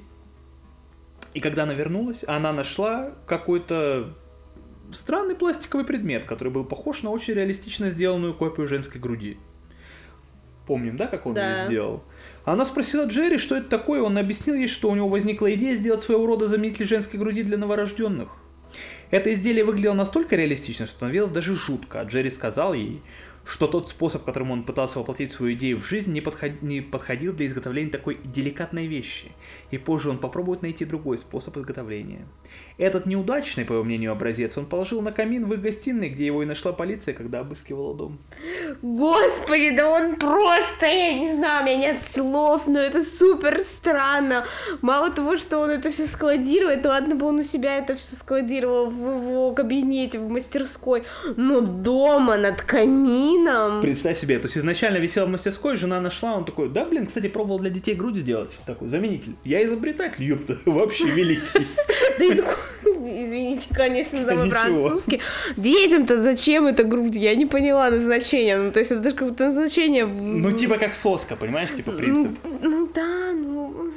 Speaker 2: и когда она вернулась, она нашла какой-то странный пластиковый предмет, который был похож на очень реалистично сделанную копию женской груди. Помним, да, как он
Speaker 1: да.
Speaker 2: ее сделал? Она спросила Джерри, что это такое, он объяснил ей, что у него возникла идея сделать своего рода заменитель женской груди для новорожденных. Это изделие выглядело настолько реалистично, что становилось даже жутко, а Джерри сказал ей, что тот способ, которым он пытался воплотить свою идею в жизнь, не, подход... не подходил для изготовления такой деликатной вещи, и позже он попробует найти другой способ изготовления. Этот неудачный, по его мнению, образец он положил на камин в их гостиной, где его и нашла полиция, когда обыскивала дом.
Speaker 1: Господи, да он просто, я не знаю, у меня нет слов, но это супер странно. Мало того, что он это все складирует, ладно бы он у себя это все складировал в его кабинете, в мастерской, но дома над камином.
Speaker 2: Представь себе, то есть изначально висела в мастерской, жена нашла, он такой, да, блин, кстати, пробовал для детей грудь сделать, такой заменитель. Я изобретатель, ёпта, вообще великий.
Speaker 1: Извините, конечно, за мой французский. Детям-то зачем эта грудь? Я не поняла назначения. Ну, то есть это даже как будто назначение...
Speaker 2: Ну, типа как соска, понимаешь, типа принцип.
Speaker 1: Ну, да, ну...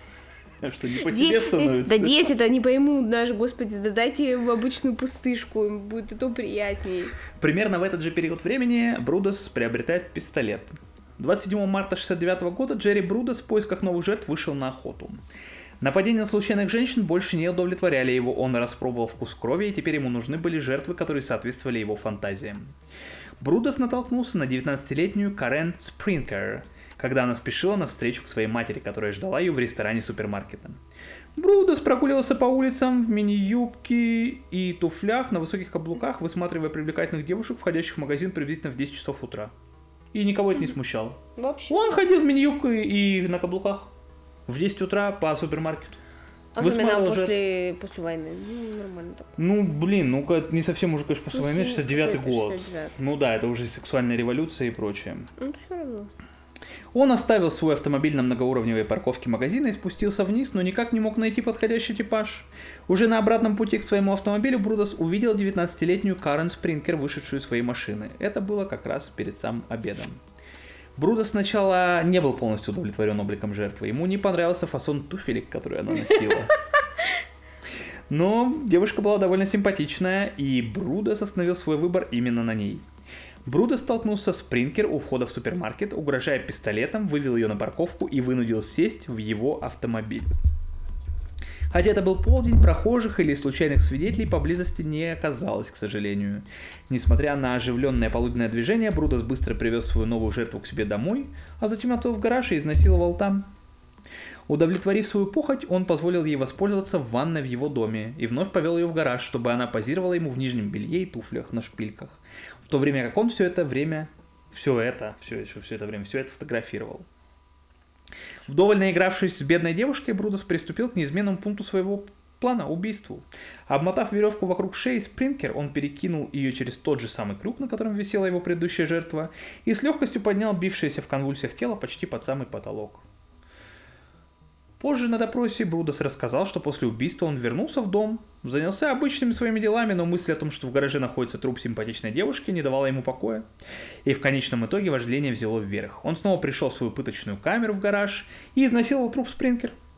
Speaker 2: Что не по себе становится.
Speaker 1: Да дети-то не поймут даже, господи, да дайте им обычную пустышку, им будет это приятней.
Speaker 2: Примерно в этот же период времени Брудос приобретает пистолет. двадцать седьмого марта шестьдесят девятого года Джерри Брудос в поисках новых жертв вышел на охоту. Нападения на случайных женщин больше не удовлетворяли его, он распробовал вкус крови, и теперь ему нужны были жертвы, которые соответствовали его фантазиям. Брудос натолкнулся на девятнадцатилетнюю Карен Спринкер, когда она спешила навстречу к своей матери, которая ждала ее в ресторане супермаркета. Брудос прогуливался по улицам в мини-юбке и туфлях на высоких каблуках, высматривая привлекательных девушек, входящих в магазин приблизительно в десять часов утра. И никого это не смущало.
Speaker 1: Вообще.
Speaker 2: Он ходил в мини-юбке и на каблуках в десять утра по супермаркету.
Speaker 1: Особенно после, после войны. Ну, нормально так.
Speaker 2: Ну, блин, ну это не совсем уже, конечно, после войны, шестьдесят девятый год. шестьдесят девятый. Ну да, это уже сексуальная революция и прочее.
Speaker 1: Ну, все равно.
Speaker 2: Он оставил свой автомобиль на многоуровневой парковке магазина и спустился вниз, но никак не мог найти подходящий типаж. Уже на обратном пути к своему автомобилю Брудос увидел девятнадцатилетнюю Карен Спринкер, вышедшую из своей машины. Это было как раз перед самым обедом. Брудос сначала не был полностью удовлетворен обликом жертвы. Ему не понравился фасон туфелек, который она носила. Но девушка была довольно симпатичная, и Брудос остановил свой выбор именно на ней. Брудос столкнулся с Спринкер у входа в супермаркет, угрожая пистолетом, вывел ее на парковку и вынудил сесть в его автомобиль. Хотя это был полдень, прохожих или случайных свидетелей поблизости не оказалось, к сожалению. Несмотря на оживленное полуденное движение, Брудос быстро привез свою новую жертву к себе домой, а затем отвел в гараж и изнасиловал там. Удовлетворив свою похоть, он позволил ей воспользоваться в ванной в его доме и вновь повел ее в гараж, чтобы она позировала ему в нижнем белье и туфлях на шпильках, в то время как он все это время, все это, все, еще, все это время, все это фотографировал. Вдоволь наигравшись с бедной девушкой, Брудос приступил к неизменному пункту своего плана – убийству. Обмотав веревку вокруг шеи Спринкер, он перекинул ее через тот же самый крюк, на котором висела его предыдущая жертва, и с легкостью поднял бившееся в конвульсиях тело почти под самый потолок. Позже на допросе Брудос рассказал, что после убийства он вернулся в дом, занялся обычными своими делами, но мысль о том, что в гараже находится труп симпатичной девушки, не давала ему покоя. И в конечном итоге вожделение взяло вверх. Он снова пришел в свою пыточную камеру в гараж и изнасиловал труп Спринкер.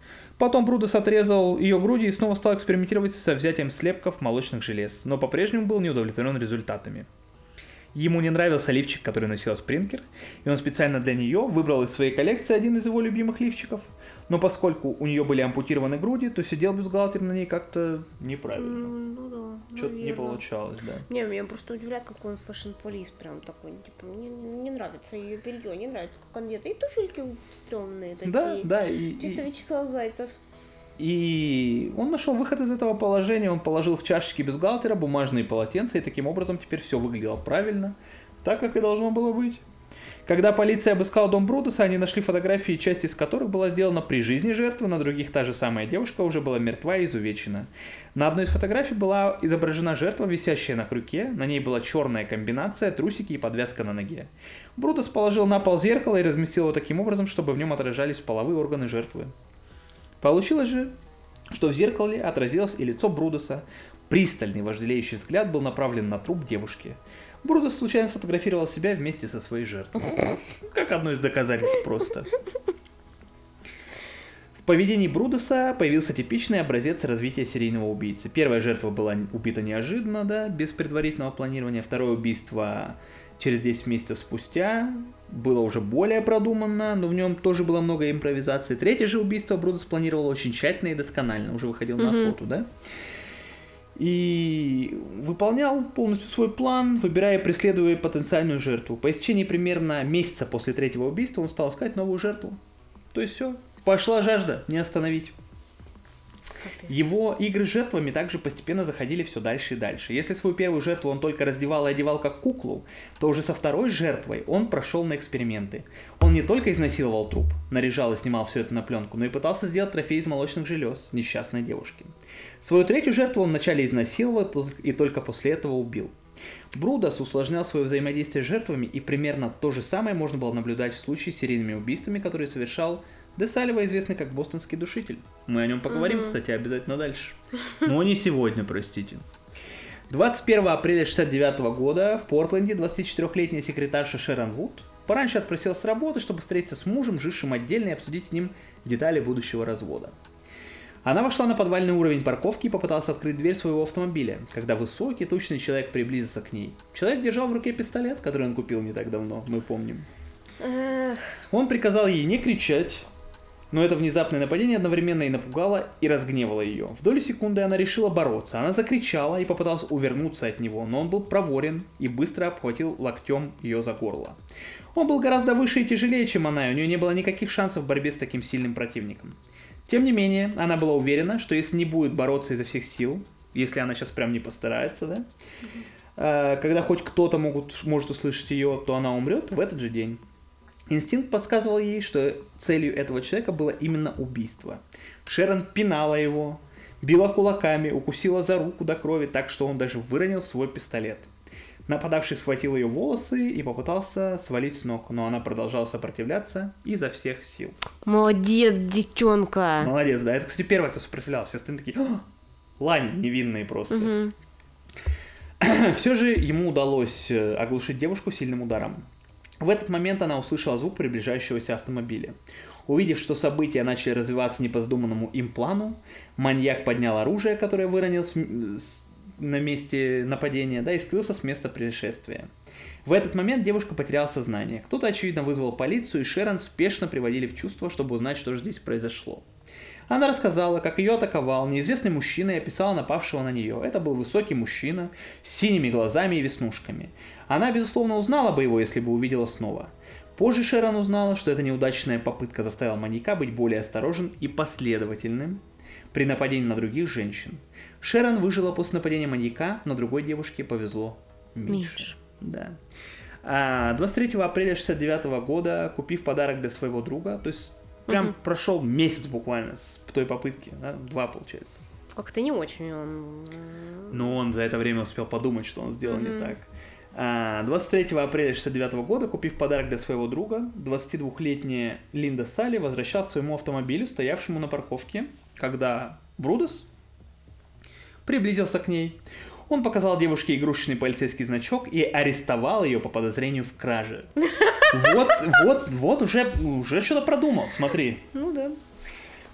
Speaker 2: Потом Брудос отрезал ее груди и снова стал экспериментировать со взятием слепков молочных желез, но по-прежнему был не удовлетворен результатами. Ему не нравился лифчик, который носила Спринкер, и он специально для нее выбрал из своей коллекции один из его любимых лифчиков. Но поскольку у нее были ампутированы груди, то сидел бюстгальтер на ней как-то неправильно.
Speaker 1: Mm, ну да,
Speaker 2: Что-то
Speaker 1: наверное.
Speaker 2: не получалось, да.
Speaker 1: Не, меня просто удивляет, какой он фэшн-полис прям такой. Типа, мне не нравится ее белье, не нравится, как одета. И туфельки стрёмные такие.
Speaker 2: Да, да. И,
Speaker 1: Чисто
Speaker 2: и...
Speaker 1: Вячеслав Зайцев.
Speaker 2: И он нашел выход из этого положения, он положил в чашечки бюстгальтера бумажные полотенца, и таким образом теперь все выглядело правильно, так, как и должно было быть. Когда полиция обыскала дом Брудоса, они нашли фотографии, часть из которых была сделана при жизни жертвы, на других та же самая девушка уже была мертва и изувечена. На одной из фотографий была изображена жертва, висящая на крюке, на ней была черная комбинация, трусики и подвязка на ноге. Брудос положил на пол зеркало и разместил его таким образом, чтобы в нем отражались половые органы жертвы. Получилось же, что в зеркале отразилось и лицо Брудоса. Пристальный вожделеющий взгляд был направлен на труп девушки. Брудос случайно сфотографировал себя вместе со своей жертвой. Как одно из доказательств просто. В поведении Брудоса появился типичный образец развития серийного убийцы. Первая жертва была убита неожиданно, да, без предварительного планирования. Второе убийство через десять месяцев спустя было уже более продуманно, но в нем тоже было много импровизации. Третье же убийство Брудос планировал очень тщательно и досконально, уже выходил mm-hmm. на охоту, да? И выполнял полностью свой план, выбирая и преследуя потенциальную жертву. По истечении примерно месяца после третьего убийства он стал искать новую жертву. То есть все, пошла жажда, не остановить. Его игры с жертвами также постепенно заходили все дальше и дальше. Если свою первую жертву он только раздевал и одевал как куклу, то уже со второй жертвой он прошел на эксперименты. Он не только изнасиловал труп, наряжал и снимал все это на пленку, но и пытался сделать трофей из молочных желез несчастной девушки. Свою третью жертву он вначале изнасиловал и только после этого убил. Брудос усложнял свое взаимодействие с жертвами, и примерно то же самое можно было наблюдать в случае с серийными убийствами, которые совершал Де Салива, известный как бостонский душитель. Мы о нем поговорим, mm-hmm. кстати, обязательно дальше. Но не сегодня, простите. двадцать первого апреля шестьдесят девятого года в Портленде двадцатичетырёхлетняя секретарша Шерон Вуд пораньше отпросилась с работы, чтобы встретиться с мужем, жившим отдельно, и обсудить с ним детали будущего развода. Она вошла на подвальный уровень парковки и попыталась открыть дверь своего автомобиля, когда высокий, тучный человек приблизился к ней. Человек держал в руке пистолет, который он купил не так давно, мы помним. Эх. Он приказал ей не кричать, но это внезапное нападение одновременно и напугало, и разгневало ее. В долю секунды она решила бороться. Она закричала и попыталась увернуться от него, но он был проворен и быстро обхватил локтем ее за горло. Он был гораздо выше и тяжелее, чем она, и у нее не было никаких шансов в борьбе с таким сильным противником. Тем не менее, она была уверена, что если не будет бороться изо всех сил, если она сейчас прям не постарается, да, mm-hmm. когда хоть кто-то могут, может услышать ее, то она умрет в этот же день. Инстинкт подсказывал ей, что целью этого человека было именно убийство. Шерон пинала его, била кулаками, укусила за руку до крови, так что он даже выронил свой пистолет. Нападавший схватил ее волосы и попытался свалить с ног, но она продолжала сопротивляться изо всех сил.
Speaker 1: Молодец, девчонка!
Speaker 2: Молодец, да. Это, кстати, первая, кто сопротивлялся. Все остальные такие, лань, невинные просто. Угу. Все же ему удалось оглушить девушку сильным ударом. В этот момент она услышала звук приближающегося автомобиля. Увидев, что события начали развиваться не по задуманному им плану, маньяк поднял оружие, которое выронил с... С... на месте нападения, да, и скрылся с места происшествия. В этот момент девушка потеряла сознание. Кто-то, очевидно, вызвал полицию, и Шерон спешно приводили в чувство, чтобы узнать, что же здесь произошло. Она рассказала, как ее атаковал неизвестный мужчина, и описала напавшего на нее. Это был высокий мужчина с синими глазами и веснушками. Она, безусловно, узнала бы его, если бы увидела снова. Позже Шерон узнала, что эта неудачная попытка заставила маньяка быть более осторожен и последовательным при нападении на других женщин. Шерон выжила после нападения маньяка, но другой девушке повезло меньше. меньше. Да. А двадцать третьего апреля шестьдесят девятого года, купив подарок для своего друга, то есть прям угу. прошел месяц буквально с той попытки, да? Два, получается.
Speaker 1: Как-то не очень он...
Speaker 2: Но он за это время успел подумать, что он сделал угу. не так. двадцать третьего апреля шестьдесят девятого года, купив подарок для своего друга, двадцатидвухлетняя Линда Салли возвращалась к своему автомобилю, стоявшему на парковке, когда Брудос приблизился к ней. Он показал девушке игрушечный полицейский значок и арестовал ее по подозрению в краже. Вот, вот, вот уже, уже что-то продумал, смотри.
Speaker 1: Ну да.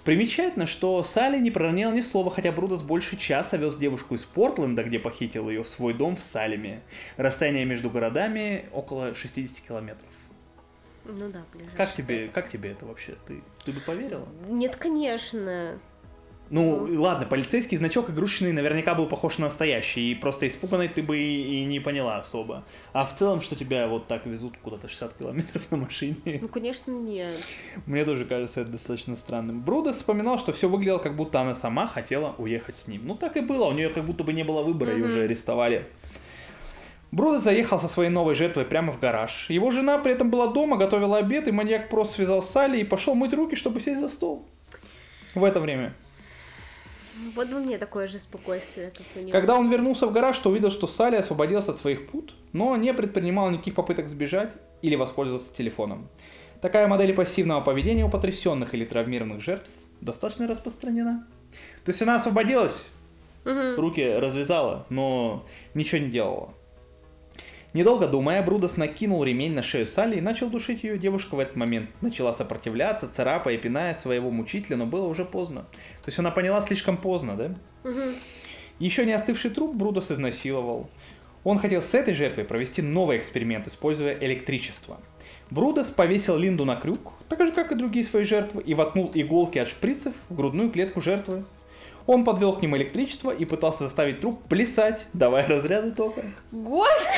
Speaker 2: Примечательно, что Салли не проронила ни слова, хотя Брудос больше часа вез девушку из Портленда, где похитил ее, в свой дом в Салеме. Расстояние между городами около шестьдесят километров.
Speaker 1: Ну да, ближайший.
Speaker 2: Как тебе, как тебе это вообще? Ты, ты бы поверила?
Speaker 1: Нет, конечно.
Speaker 2: Ну, mm. ладно, полицейский значок игрушечный наверняка был похож на настоящий, и просто испуганной ты бы и, и не поняла особо. А в целом, что тебя вот так везут куда-то шестьдесят километров на машине?
Speaker 1: Ну, конечно, нет.
Speaker 2: Мне тоже кажется это достаточно странным. Брудос вспоминал, что все выглядело, как будто она сама хотела уехать с ним. Ну, так и было, у нее как будто бы не было выбора, mm-hmm. ее уже арестовали. Брудос заехал со своей новой жертвой прямо в гараж. Его жена при этом была дома, готовила обед, и маньяк просто связал Салли и пошел мыть руки, чтобы сесть за стол. В это время.
Speaker 1: Вот бы мне такое же спокойствие, как у него.
Speaker 2: Когда он вернулся в гараж, то увидел, что Салли освободился от своих пут, но не предпринимал никаких попыток сбежать или воспользоваться телефоном. Такая модель пассивного поведения у потрясенных или травмированных жертв достаточно распространена. То есть она освободилась, угу. руки развязала, но ничего не делала. Недолго думая, Брудос накинул ремень на шею Салли и начал душить ее. Девушка в этот момент начала сопротивляться, царапая и пиная своего мучителя, но было уже поздно. То есть она поняла слишком поздно, да? Угу. Еще не остывший труп Брудос изнасиловал. Он хотел с этой жертвой провести новый эксперимент, используя электричество. Брудос повесил Линду на крюк, так же, как и другие свои жертвы, и воткнул иголки от шприцев в грудную клетку жертвы. Он подвел к ним электричество и пытался заставить труп плясать, давая разряды тока.
Speaker 1: Господи!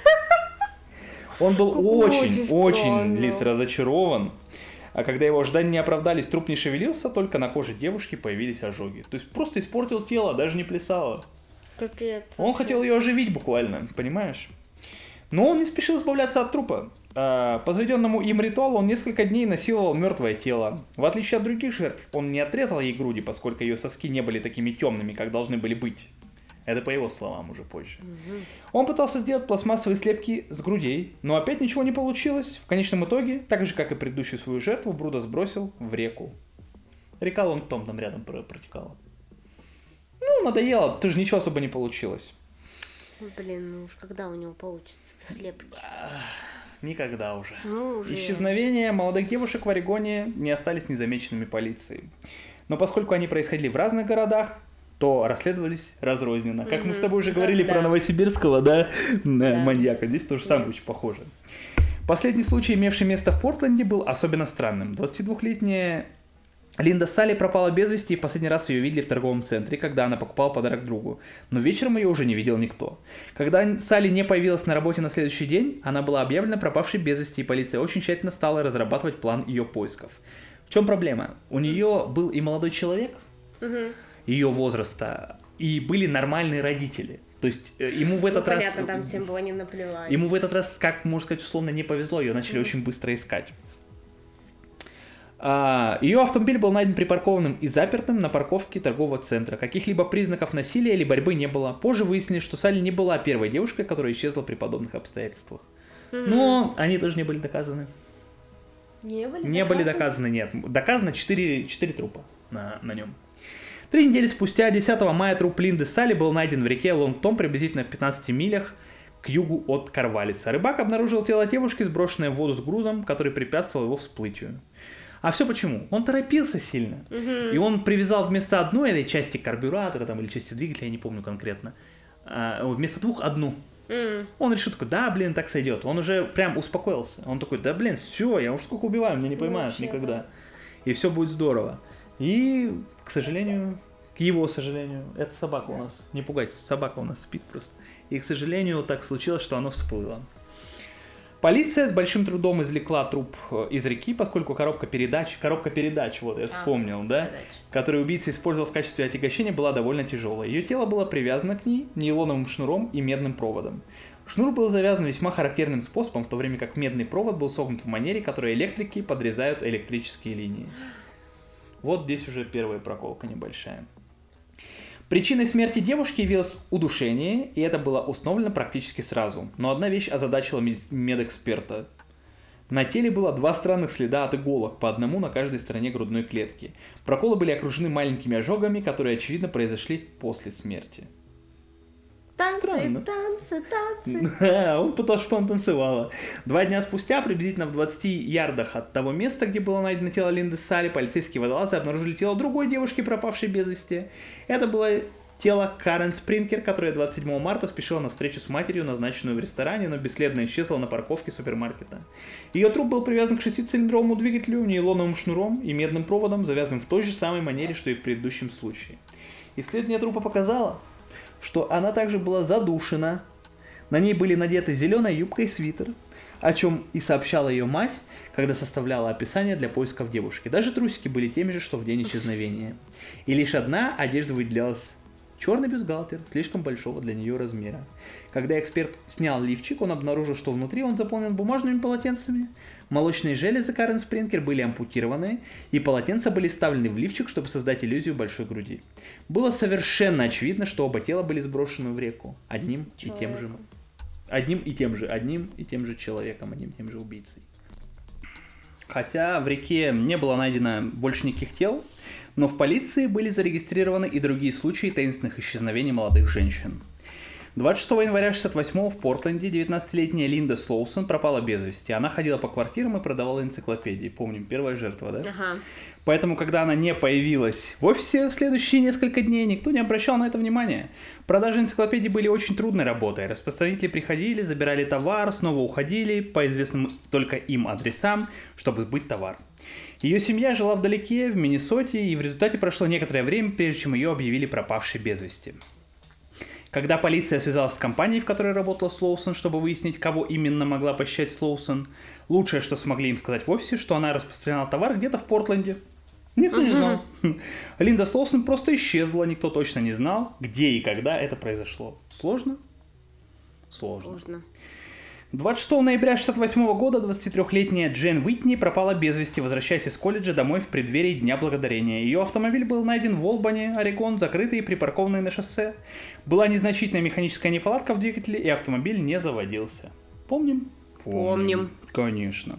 Speaker 2: Он был очень-очень, Лиз, разочарован. А когда его ожидания не оправдались, труп не шевелился, только на коже девушки появились ожоги. То есть просто испортил тело, даже не плясало.
Speaker 1: Капец.
Speaker 2: Он хотел ее оживить буквально, понимаешь? Но он не спешил избавляться от трупа. По заведенному им ритуалу он несколько дней насиловал мертвое тело. В отличие от других жертв, он не отрезал ей груди, поскольку ее соски не были такими темными, как должны были быть. Это по его словам уже позже. Угу. Он пытался сделать пластмассовые слепки с грудей, но опять ничего не получилось. В конечном итоге, так же как и предыдущую свою жертву, Брудос сбросил в реку. Река Лонгтон там рядом протекала. Ну, надоело, тоже ничего особо не получилось.
Speaker 1: Блин, ну уж когда у него получится слепки?
Speaker 2: Никогда уже.
Speaker 1: Ну, уже.
Speaker 2: Исчезновения молодых девушек в Орегоне не остались незамеченными полицией. Но поскольку они происходили в разных городах, то расследовались разрозненно. Mm-hmm. Как мы с тобой уже говорили да, про да. новосибирского, да, да, маньяка. Здесь тоже самое очень похоже. Последний случай, имевший место в Портленде, был особенно странным. двадцатидвухлетняя Линда Салли пропала без вести, и в последний раз ее видели в торговом центре, когда она покупала подарок другу. Но вечером ее уже не видел никто. Когда Салли не появилась на работе на следующий день, она была объявлена пропавшей без вести, и полиция очень тщательно стала разрабатывать план ее поисков. В чем проблема? У нее был и молодой человек, mm-hmm. ее возраста, и были нормальные родители. То есть ему в этот
Speaker 1: ну,
Speaker 2: раз...
Speaker 1: понятно, там всем было не наплевать.
Speaker 2: Ему в этот раз, как можно сказать, условно не повезло, ее начали mm-hmm. очень быстро искать. А, ее автомобиль был найден припаркованным и запертым на парковке торгового центра. Каких-либо признаков насилия или борьбы не было. Позже выяснили, что Салли не была первой девушкой, которая исчезла при подобных обстоятельствах. Mm-hmm. Но они тоже не были доказаны.
Speaker 1: Не были
Speaker 2: Не
Speaker 1: доказаны?
Speaker 2: были доказаны, нет. Доказано четыре, четыре трупа на, на нем. Три недели спустя, десятого мая, труп Линды Салли был найден в реке Лонгтон, приблизительно в пятнадцати милях к югу от Корвалиса. Рыбак обнаружил тело девушки, сброшенное в воду с грузом, который препятствовал его всплытию. А все почему? Он торопился сильно. Uh-huh. И он привязал вместо одной этой части карбюратора там, или части двигателя, я не помню конкретно, а, вместо двух одну. Uh-huh. Он решил такой, да, блин, так сойдет. Он уже прям успокоился. Он такой, да, блин, все, я уж сколько убиваю, меня не поймают ну, никогда. Да. И все будет здорово. И, к сожалению, к его сожалению, это собака у нас, не пугайтесь, собака у нас спит просто. И, к сожалению, так случилось, что оно всплыло. Полиция с большим трудом извлекла труп из реки, поскольку коробка передач, коробка передач, вот я вспомнил, а, да, которую убийца использовал в качестве отягощения, была довольно тяжелой. Ее тело было привязано к ней нейлоновым шнуром и медным проводом. Шнур был завязан весьма характерным способом, в то время как медный провод был согнут в манере, которой электрики подрезают электрические линии. Вот здесь уже первая проколка небольшая. Причиной смерти девушки явилось удушение, и это было установлено практически сразу. Но одна вещь озадачила медэксперта. На теле было два странных следа от иголок, по одному на каждой стороне грудной клетки. Проколы были окружены маленькими ожогами, которые, очевидно, произошли после смерти.
Speaker 1: Танцы,
Speaker 2: Странно.
Speaker 1: танцы, танцы.
Speaker 2: Да, он пытался, чтобы она танцевала. Два дня спустя, приблизительно в двадцати ярдах от того места, где было найдено тело Линды Салли, полицейские водолазы обнаружили тело другой девушки, пропавшей без вести. Это было тело Карен Спринкер, которая двадцать седьмого марта спешила на встречу с матерью, назначенную в ресторане, но бесследно исчезла на парковке супермаркета. Ее труп был привязан к шестицилиндровому двигателю, нейлоновым шнуром и медным проводом, завязанным в той же самой манере, что и в предыдущем случае. Исследование трупа показало, что она также была задушена. На ней были надеты зеленая юбка и свитер, о чем и сообщала ее мать, когда составляла описание для поисков девушки. Даже трусики были теми же, что в день исчезновения. И лишь одна одежда выделялась. Черный бюстгальтер, слишком большого для нее размера. Когда эксперт снял лифчик, он обнаружил, что внутри он заполнен бумажными полотенцами. Молочные железы Карен Спринкер были ампутированы, и полотенца были вставлены в лифчик, чтобы создать иллюзию большой груди. Было совершенно очевидно, что оба тела были сброшены в реку одним Человеком. и тем же, одним и тем же, одним и тем же человеком, одним и тем же убийцей. Хотя в реке не было найдено больше никаких тел, но в полиции были зарегистрированы и другие случаи таинственных исчезновений молодых женщин. двадцать шестого января шестьдесят восьмого в Портленде девятнадцатилетняя Линда Слоусон пропала без вести. Она ходила по квартирам и продавала энциклопедии. Помним, первая жертва, да?
Speaker 1: Ага.
Speaker 2: Поэтому, когда она не появилась в офисе в следующие несколько дней, никто не обращал на это внимания. Продажи энциклопедий были очень трудной работой. Распространители приходили, забирали товар, снова уходили по известным только им адресам, чтобы сбыть товар. Ее семья жила вдалеке, в Миннесоте, и в результате прошло некоторое время, прежде чем ее объявили пропавшей без вести. Когда полиция связалась с компанией, в которой работала Слоусон, чтобы выяснить, кого именно могла похищать Слоусон, лучшее, что смогли им сказать в офисе, что она распространяла товар где-то в Портленде. Никто не знал. Линда Слоусон просто исчезла, никто точно не знал, где и когда это произошло. Сложно? Сложно.
Speaker 1: Сложно.
Speaker 2: двадцать шестого ноября шестьдесят восьмого года двадцатитрёхлетняя Джен Уитни пропала без вести, возвращаясь из колледжа домой в преддверии Дня Благодарения. Ее автомобиль был найден в Олбани, Орегон, закрытый и припаркованный на шоссе. Была незначительная механическая неполадка в двигателе, и автомобиль не заводился. Помним?
Speaker 1: Помним.
Speaker 2: Конечно.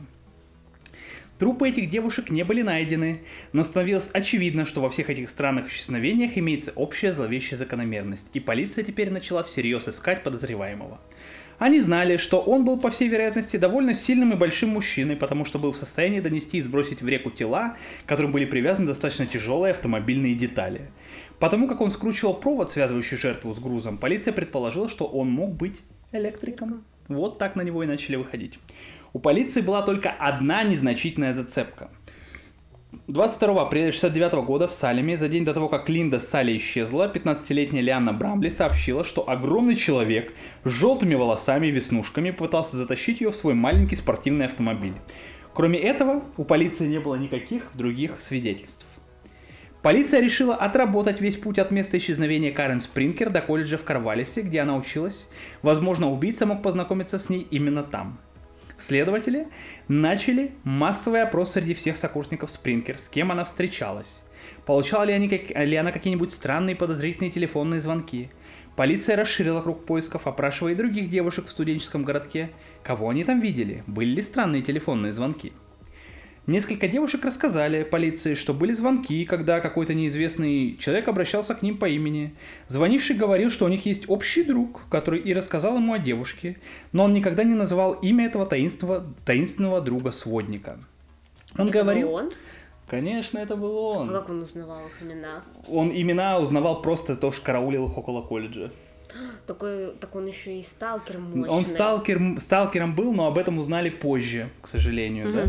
Speaker 2: Трупы этих девушек не были найдены, но становилось очевидно, что во всех этих странных исчезновениях имеется общая зловещая закономерность, и полиция теперь начала всерьез искать подозреваемого. Они знали, что он был, по всей вероятности, довольно сильным и большим мужчиной, потому что был в состоянии донести и сбросить в реку тела, к которым были привязаны достаточно тяжелые автомобильные детали. Потому как он скручивал провод, связывающий жертву с грузом, полиция предположила, что он мог быть электриком. Вот так на него и начали выходить. У полиции была только одна незначительная зацепка. двадцать второго апреля шестьдесят девятого года в Салеме, за день до того, как Линда Салли исчезла, пятнадцатилетняя Лианна Брамли сообщила, что огромный человек с желтыми волосами и веснушками пытался затащить ее в свой маленький спортивный автомобиль. Кроме этого, у полиции не было никаких других свидетельств. Полиция решила отработать весь путь от места исчезновения Карен Спринкер до колледжа в Корвалисе, где она училась. Возможно, убийца мог познакомиться с ней именно там. Следователи начали массовый опрос среди всех сокурсников Спринкер, с кем она встречалась. Получала ли, они как... ли она какие-нибудь странные подозрительные телефонные звонки. Полиция расширила круг поисков, опрашивая и других девушек в студенческом городке. Кого они там видели? Были ли странные телефонные звонки? Несколько девушек рассказали полиции, что были звонки, когда какой-то неизвестный человек обращался к ним по имени. Звонивший говорил, что у них есть общий друг, который и рассказал ему о девушке, но он никогда не называл имя этого таинственного, таинственного друга-сводника. Он
Speaker 1: это
Speaker 2: говорил...
Speaker 1: был он?
Speaker 2: Конечно, это был он.
Speaker 1: А как он узнавал их имена?
Speaker 2: Он имена узнавал просто за то, что караулил их около колледжа.
Speaker 1: Такой, так он еще и сталкер мощный.
Speaker 2: Он сталкер, сталкером был, но об этом узнали позже, к сожалению,
Speaker 1: угу.
Speaker 2: да?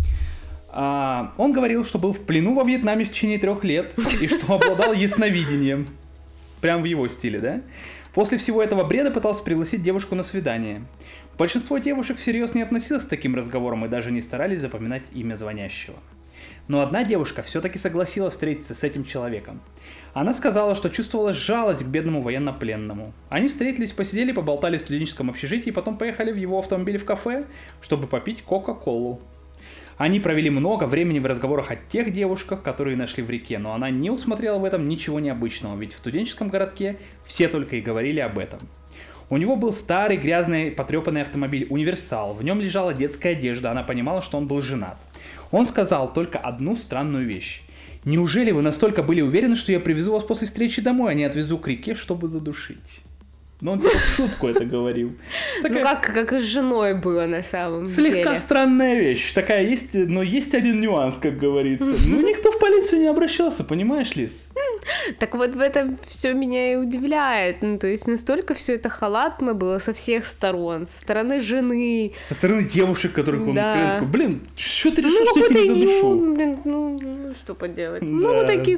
Speaker 2: А, он говорил, что был в плену во Вьетнаме в течение трех лет и что обладал ясновидением. Прям в его стиле, да? После всего этого бреда пытался пригласить девушку на свидание. Большинство девушек всерьез не относилось к таким разговорам и даже не старались запоминать имя звонящего. Но одна девушка все-таки согласилась встретиться с этим человеком. Она сказала, что чувствовала жалость к бедному военнопленному. Они встретились, посидели, поболтали в студенческом общежитии и потом поехали в его автомобиле в кафе, чтобы попить Кока-Колу. Они провели много времени в разговорах о тех девушках, которые нашли в реке, но она не усмотрела в этом ничего необычного, ведь в студенческом городке все только и говорили об этом. У него был старый, грязный, потрепанный автомобиль «Универсал», в нем лежала детская одежда, она понимала, что он был женат. Он сказал только одну странную вещь. «Неужели вы настолько были уверены, что я привезу вас после встречи домой, а не отвезу к реке, чтобы задушить?» Но он типа в шутку это говорил.
Speaker 1: Такая... Ну, как, как и с женой было на самом
Speaker 2: Слегка
Speaker 1: деле.
Speaker 2: Слегка странная вещь. Такая есть, но есть один нюанс, как говорится. Ну, никто в полицию не обращался, понимаешь, Лиз?
Speaker 1: Так вот в этом все меня и удивляет. Ну, то есть настолько все это халатно было со всех сторон. Со стороны жены.
Speaker 2: Со стороны девушек, которых он
Speaker 1: да.
Speaker 2: открыл. Такой, блин, что ты решил,
Speaker 1: ну,
Speaker 2: что я тебя не задушу?
Speaker 1: Ну, блин, ну, ну, что поделать.
Speaker 2: Да.
Speaker 1: Ну, вот таких...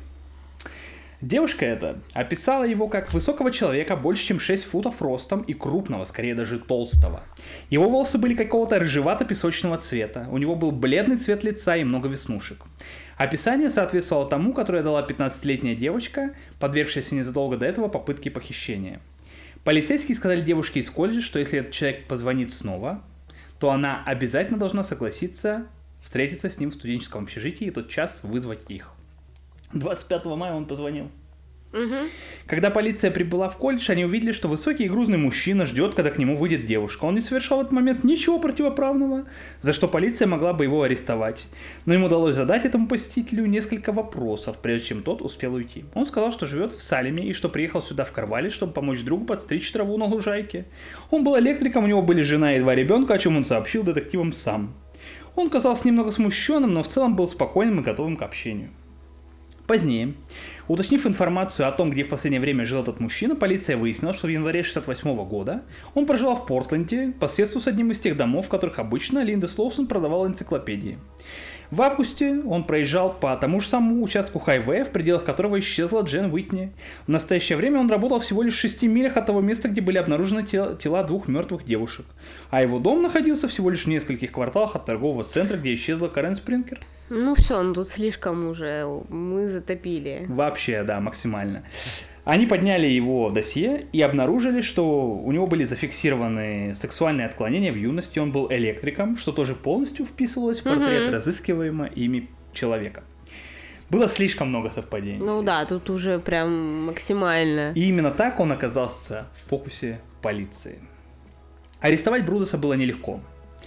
Speaker 2: Девушка эта описала его как высокого человека, больше чем шесть футов ростом и крупного, скорее даже толстого. Его волосы были какого-то рыжевато-песочного цвета, у него был бледный цвет лица и много веснушек. Описание соответствовало тому, которое дала пятнадцатилетняя девочка, подвергшаяся незадолго до этого попытке похищения. Полицейские сказали девушке из колледжа, что если этот человек позвонит снова, то она обязательно должна согласиться встретиться с ним в студенческом общежитии и тот час вызвать их. двадцать пятого мая он позвонил.
Speaker 1: Угу.
Speaker 2: Когда полиция прибыла в колледж, они увидели, что высокий и грузный мужчина ждет, когда к нему выйдет девушка. Он не совершал в этот момент ничего противоправного, за что полиция могла бы его арестовать. Но им удалось задать этому посетителю несколько вопросов, прежде чем тот успел уйти. Он сказал, что живет в Салеме и что приехал сюда в Карвале, чтобы помочь другу подстричь траву на лужайке. Он был электриком, у него были жена и два ребенка, о чем он сообщил детективам сам. Он казался немного смущенным, но в целом был спокойным и готовым к общению. Позднее, уточнив информацию о том, где в последнее время жил этот мужчина, полиция выяснила, что в январе шестьдесят восьмого года он проживал в Портленде по соседству с одним из тех домов, в которых обычно Линда Слоусон продавала энциклопедии. В августе он проезжал по тому же самому участку хайвея, в пределах которого исчезла Джен Уитни. В настоящее время он работал всего лишь в шести милях от того места, где были обнаружены тела, тела двух мертвых девушек, а его дом находился всего лишь в нескольких кварталах от торгового центра, где исчезла Карен Спринкер.
Speaker 1: Ну все, ну тут слишком уже, мы затопили.
Speaker 2: Вообще, да, максимально. Они подняли его досье и обнаружили, что у него были зафиксированы сексуальные отклонения в юности, он был электриком, что тоже полностью вписывалось в портрет mm-hmm. разыскиваемого ими человека. Было слишком много совпадений.
Speaker 1: Ну да, тут уже прям максимально.
Speaker 2: И именно так он оказался в фокусе полиции. Арестовать Брудоса было нелегко.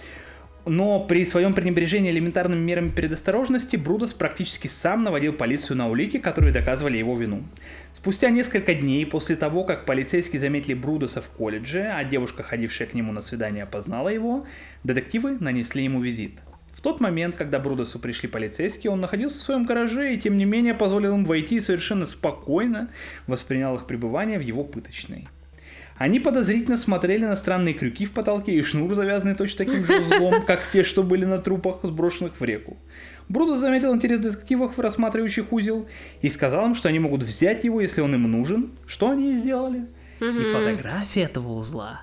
Speaker 2: Но при своем пренебрежении элементарными мерами предосторожности Брудос практически сам наводил полицию на улики, которые доказывали его вину. Спустя несколько дней после того, как полицейские заметили Брудоса в колледже, а девушка, ходившая к нему на свидание, опознала его, детективы нанесли ему визит. В тот момент, когда к Брудосу пришли полицейские, он находился в своем гараже и, тем не менее, позволил им войти и совершенно спокойно воспринял их пребывание в его пыточной. Они подозрительно смотрели на странные крюки в потолке и шнур, завязанный точно таким же узлом, как те, что были на трупах, сброшенных в реку. Брудос заметил интерес детективов, рассматривающих узел, и сказал им, что они могут взять его, если он им нужен, что они и сделали. Mm-hmm. И фотография этого узла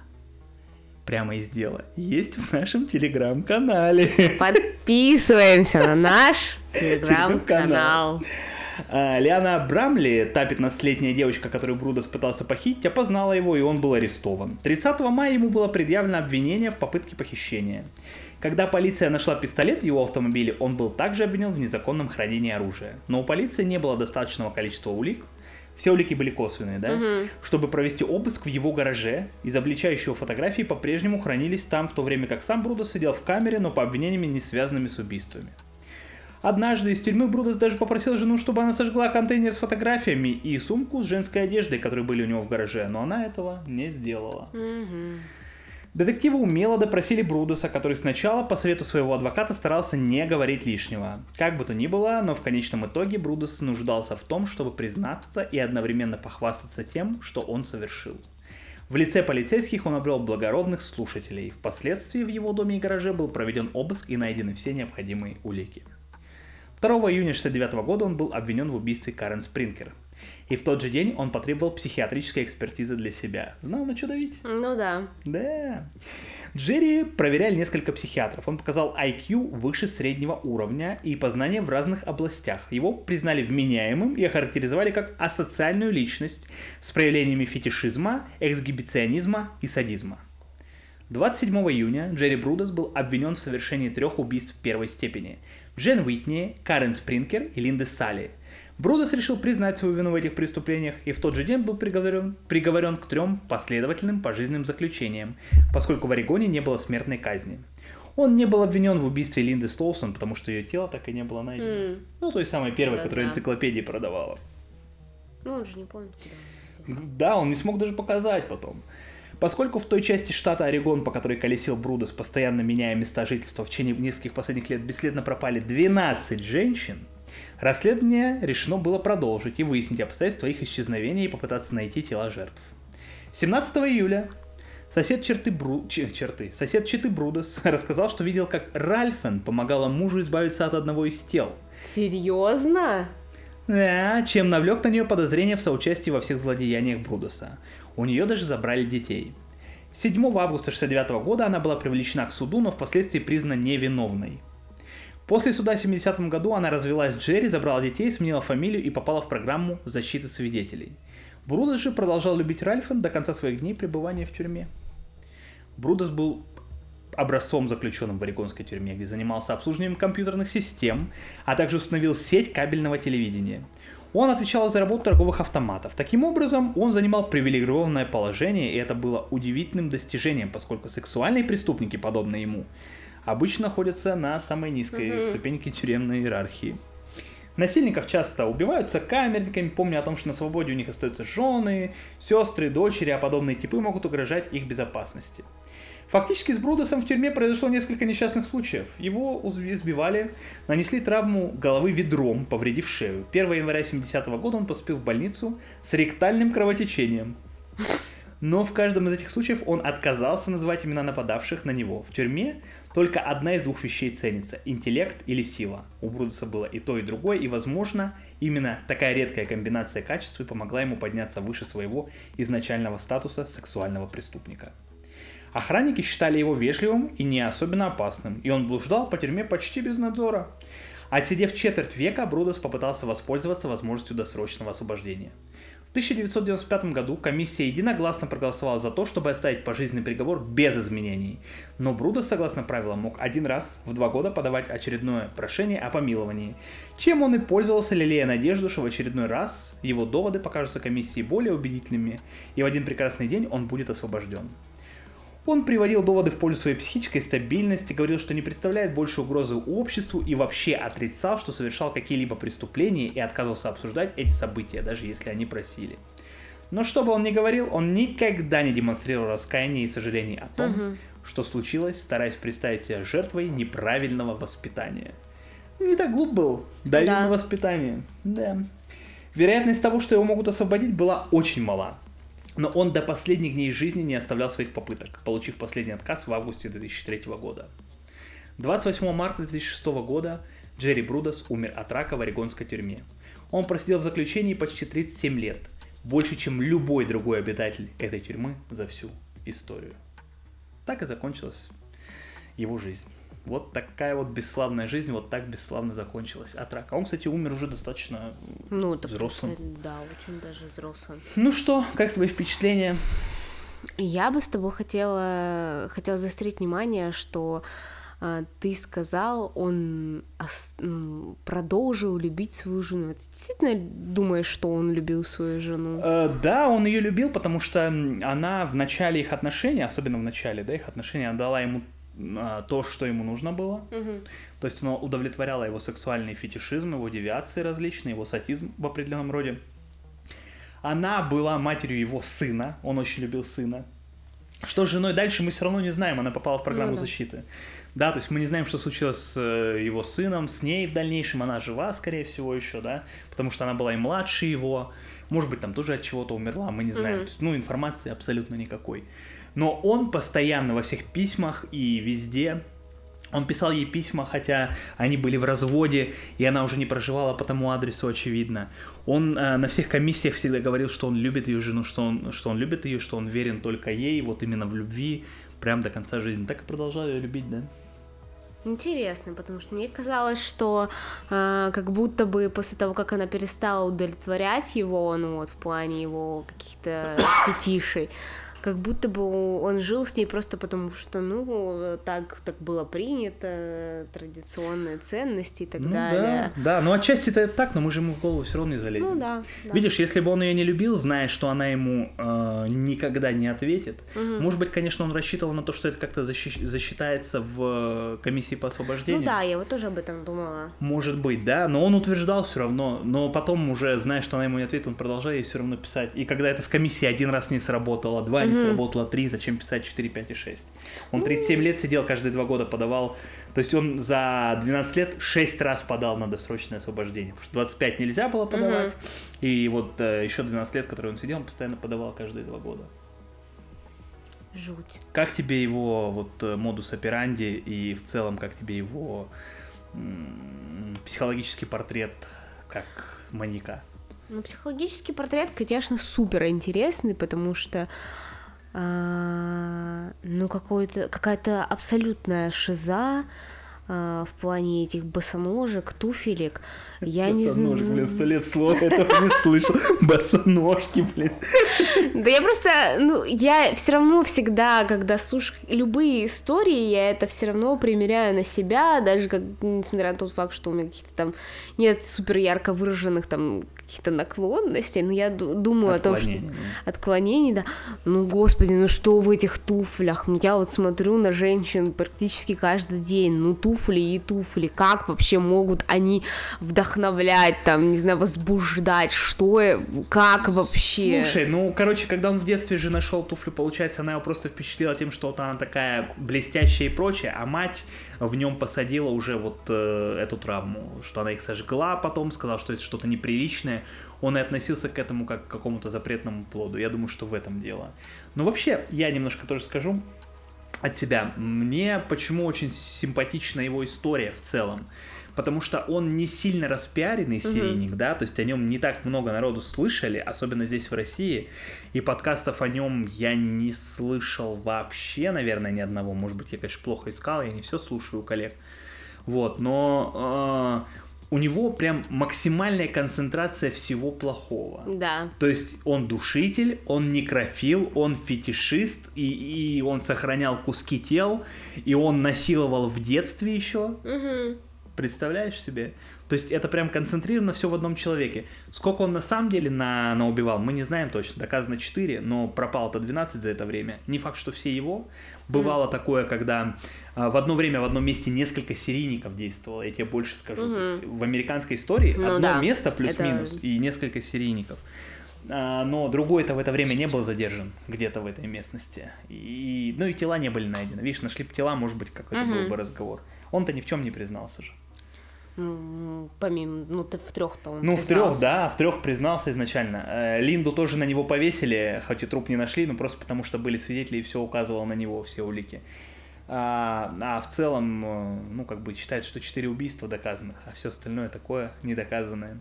Speaker 2: прямо из дела есть в нашем телеграм-канале.
Speaker 1: Подписываемся на наш телеграм-канал.
Speaker 2: Лиана Брамли, та пятнадцатилетняя девочка, которую Брудос пытался похитить, опознала его, и он был арестован. тридцатого мая ему было предъявлено обвинение в попытке похищения. Когда полиция нашла пистолет в его автомобиле, он был также обвинен в незаконном хранении оружия. Но у полиции не было достаточного количества улик, все улики были косвенные, да,
Speaker 1: угу.
Speaker 2: чтобы провести обыск в его гараже. Изобличающие фотографии по-прежнему хранились там, в то время как сам Брудос сидел в камере, но по обвинениями, не связанными с убийствами. Однажды из тюрьмы Брудос даже попросил жену, чтобы она сожгла контейнер с фотографиями и сумку с женской одеждой, которые были у него в гараже, но она этого не сделала.
Speaker 1: Mm-hmm.
Speaker 2: Детективы умело допросили Брудоса, который сначала по совету своего адвоката старался не говорить лишнего. Как бы то ни было, но в конечном итоге Брудос нуждался в том, чтобы признаться и одновременно похвастаться тем, что он совершил. В лице полицейских он обрел благородных слушателей. Впоследствии в его доме и гараже был проведен обыск и найдены все необходимые улики. второго июня шестьдесят девятого года он был обвинен в убийстве Карен Спринкер. И в тот же день он потребовал психиатрической экспертизы для себя. Знал, на что давить?
Speaker 1: Ну да.
Speaker 2: Да. Джерри проверяли несколько психиатров. Он показал ай кью выше среднего уровня и познания в разных областях. Его признали вменяемым и охарактеризовали как асоциальную личность с проявлениями фетишизма, эксгибиционизма и садизма. двадцать седьмого июня Джерри Брудос был обвинен в совершении трех убийств первой степени. Джен Уитни, Карен Спринкер и Линды Салли. Брудос решил признать свою вину в этих преступлениях и в тот же день был приговорен, приговорен к трем последовательным пожизненным заключениям, поскольку в Орегоне не было смертной казни. Он не был обвинен в убийстве Линды Слоусон, потому что ее тело так и не было найдено. Mm. Ну, той самой первой, да, которая да. энциклопедии продавала.
Speaker 1: Ну, он же не помнит, куда.
Speaker 2: Да, он не смог даже показать потом. Поскольку в той части штата Орегон, по которой колесил Брудос, постоянно меняя места жительства, в течение нескольких последних лет бесследно пропали двенадцать женщин, расследование решено было продолжить и выяснить обстоятельства их исчезновения и попытаться найти тела жертв. семнадцатого июля сосед черты Бру... Ч... черты... сосед Читы Брудос рассказал, что видел, как Ральфен помогала мужу избавиться от одного из тел.
Speaker 1: Серьезно?
Speaker 2: Да, чем навлек на нее подозрение в соучастии во всех злодеяниях Брудоса. У нее даже забрали детей. седьмого августа шестьдесят девятого года она была привлечена к суду, но впоследствии признана невиновной. После суда в семидесятом году она развелась с Джерри, забрала детей, сменила фамилию и попала в программу защиты свидетелей. Брудос же продолжал любить Ральфен до конца своих дней пребывания в тюрьме. Брудос был образцом заключенным в орегонской тюрьме, где занимался обслуживанием компьютерных систем, а также установил сеть кабельного телевидения. Он отвечал за работу торговых автоматов. Таким образом, он занимал привилегированное положение, и это было удивительным достижением, поскольку сексуальные преступники, подобные ему, обычно находятся на самой низкой mm-hmm. ступеньке тюремной иерархии. Насильников часто убивают сокамерниками, помня о том, что на свободе у них остаются жены, сестры, дочери, а подобные типы могут угрожать их безопасности. Фактически с Брудосом в тюрьме произошло несколько несчастных случаев. Его избивали, нанесли травму головы ведром, повредив шею. первого января семидесятого года он поступил в больницу с ректальным кровотечением. Но в каждом из этих случаев он отказался называть имена нападавших на него. В тюрьме только одна из двух вещей ценится – интеллект или сила. У Брудоса было и то, и другое, и, возможно, именно такая редкая комбинация качеств и помогла ему подняться выше своего изначального статуса сексуального преступника. Охранники считали его вежливым и не особенно опасным, и он блуждал по тюрьме почти без надзора. Отсидев четверть века, Брудос попытался воспользоваться возможностью досрочного освобождения. В тысяча девятьсот девяносто пятом году комиссия единогласно проголосовала за то, чтобы оставить пожизненный приговор без изменений. Но Брудос, согласно правилам, мог один раз в два года подавать очередное прошение о помиловании, чем он и пользовался, лелея надежду, что в очередной раз его доводы покажутся комиссии более убедительными, и в один прекрасный день он будет освобожден. Он приводил доводы в пользу своей психической стабильности, говорил, что не представляет больше угрозы обществу и вообще отрицал, что совершал какие-либо преступления и отказывался обсуждать эти события, даже если они просили. Но что бы он ни говорил, он никогда не демонстрировал раскаяния и сожалений о том, угу. что случилось, стараясь представить себя жертвой неправильного воспитания. Не так глуп был, давил да. на воспитание. Да. Вероятность того, что его могут освободить, была очень мала. Но он до последних дней жизни не оставлял своих попыток, получив последний отказ в августе две тысячи третьего года. двадцать восьмого марта две тысячи шестого года Джерри Брудос умер от рака в орегонской тюрьме. Он просидел в заключении почти тридцать семь лет, больше, чем любой другой обитатель этой тюрьмы за всю историю. Так и закончилась его жизнь. Вот такая вот бесславная жизнь, вот так бесславно закончилась от рака. Он, кстати, умер уже достаточно
Speaker 1: ну,
Speaker 2: взрослым.
Speaker 1: Просто, да, очень даже взрослым.
Speaker 2: Ну что, как твои впечатления?
Speaker 1: Я бы с тобой хотела, хотела заострить внимание, что э, ты сказал, он ос, ну, продолжил любить свою жену. Ты действительно думаешь, что он любил свою жену?
Speaker 2: Э, да, он ее любил, потому что она в начале их отношений, особенно в начале да, их отношений, она дала ему то, что ему нужно было. Uh-huh. То есть оно удовлетворяло его сексуальный фетишизм, его девиации различные, его садизм в определенном роде. Она была матерью его сына, он очень любил сына. Что с женой дальше, мы все равно не знаем, она попала в программу ну, да. защиты. Да, то есть мы не знаем, что случилось с его сыном, с ней в дальнейшем, она жива, скорее всего, еще, да, потому что она была и младше его, может быть, там тоже от чего-то умерла, мы не знаем. Uh-huh. То есть, ну, информации абсолютно никакой. Но он постоянно во всех письмах и везде, он писал ей письма, хотя они были в разводе, и она уже не проживала по тому адресу, очевидно. Он э, на всех комиссиях всегда говорил, что он любит ее жену, что он, что он любит ее, что он верен только ей, вот именно в любви, прям до конца жизни. Так и продолжал ее любить, да?
Speaker 1: Интересно, потому что мне казалось, что э, как будто бы после того, как она перестала удовлетворять его, ну вот в плане его каких-то фетишей, как будто бы он жил с ней просто потому, что, ну, так, так было принято, традиционные ценности и так
Speaker 2: ну,
Speaker 1: далее.
Speaker 2: Да, да, ну отчасти это так, но мы же ему в голову все равно не залезем.
Speaker 1: Ну да, да.
Speaker 2: Видишь, если бы он ее не любил, зная, что она ему э, никогда не ответит, угу. может быть, конечно, он рассчитывал на то, что это как-то защи- засчитается в комиссии по освобождению.
Speaker 1: Ну да, я вот тоже об этом думала.
Speaker 2: Может быть, да, но он утверждал все равно, но потом уже, зная, что она ему не ответит, он продолжал ей все равно писать. И когда это с комиссией один раз не сработало, два mm-hmm. не сработало, три, зачем писать четыре, пять и шесть? Он тридцать семь лет сидел, каждые два года подавал, то есть он за двенадцать лет шесть раз подал на досрочное освобождение, потому что двадцать пять нельзя было подавать, mm-hmm. и вот э, еще двенадцать лет, которые он сидел, он постоянно подавал каждые два года.
Speaker 1: Жуть.
Speaker 2: Как тебе его вот модус операнди и в целом как тебе его м- психологический портрет как маньяка?
Speaker 1: Ну, психологический портрет, конечно, супер интересный, потому что э, ну, какой-то, какая-то абсолютная шиза э, в плане этих босоножек, туфелек. Я не знаю.
Speaker 2: Босоножек, блин, сто лет слова этого не слышал. Босоножки, блин.
Speaker 1: Да я просто, ну, я все равно всегда, когда слушаю любые истории, я это все равно примеряю на себя, даже как, несмотря на тот факт, что у меня каких-то там нет супер ярко выраженных там каких-то наклонностей, но я думаю о том, что... Отклонений, да. Ну, господи, ну что в этих туфлях? Ну, я вот смотрю на женщин практически каждый день, ну, туфли и туфли, как вообще могут они вдохновлять, там, не знаю, возбуждать, что, как вообще?
Speaker 2: Слушай, ну, короче, когда он в детстве же нашел туфлю, получается, она его просто впечатлила тем, что вот она такая блестящая и прочее, а мать в нем посадила уже вот э, эту травму, что она их сожгла потом, сказала, что это что-то неприличное. Он и относился к этому как к какому-то запретному плоду. Я думаю, что в этом дело. Но вообще, я немножко тоже скажу от себя. Мне почему очень симпатична его история в целом. Потому что он не сильно распиаренный серийник, mm-hmm. да, то есть о нем не так много народу слышали, особенно здесь в России, и подкастов о нем я не слышал вообще, наверное, ни одного, может быть, я, конечно, плохо искал, я не все слушаю у коллег, вот, но э, у него прям максимальная концентрация всего плохого,
Speaker 1: да,
Speaker 2: то есть он душитель, он некрофил, он фетишист, и, и он сохранял куски тел, и он насиловал в детстве еще,
Speaker 1: mm-hmm.
Speaker 2: Представляешь себе? То есть это прям концентрировано все в одном человеке. Сколько он на самом деле на, наубивал, мы не знаем точно. Доказано четыре, но пропало-то двенадцать за это время. Не факт, что все его. Бывало mm. такое, когда а, в одно время в одном месте несколько серийников действовало. Я тебе больше скажу. Mm-hmm. То есть в американской истории ну, одно да. место плюс-минус это... и несколько серийников. А, но другой-то в это время не был задержан где-то в этой местности. И, ну и тела не были найдены. Видишь, нашли бы тела, может быть, какой-то mm-hmm. был бы разговор. Он-то ни в чем не признался же.
Speaker 1: Ну, помимо, ну, ты в трех-то он
Speaker 2: Ну,
Speaker 1: признался.
Speaker 2: в трех, да, в трех признался изначально. Линду тоже на него повесили, хоть и труп не нашли, но просто потому, что были свидетели, и все указывало на него, все улики. А, а в целом, ну, как бы считается, что четыре убийства доказанных, а все остальное такое недоказанное.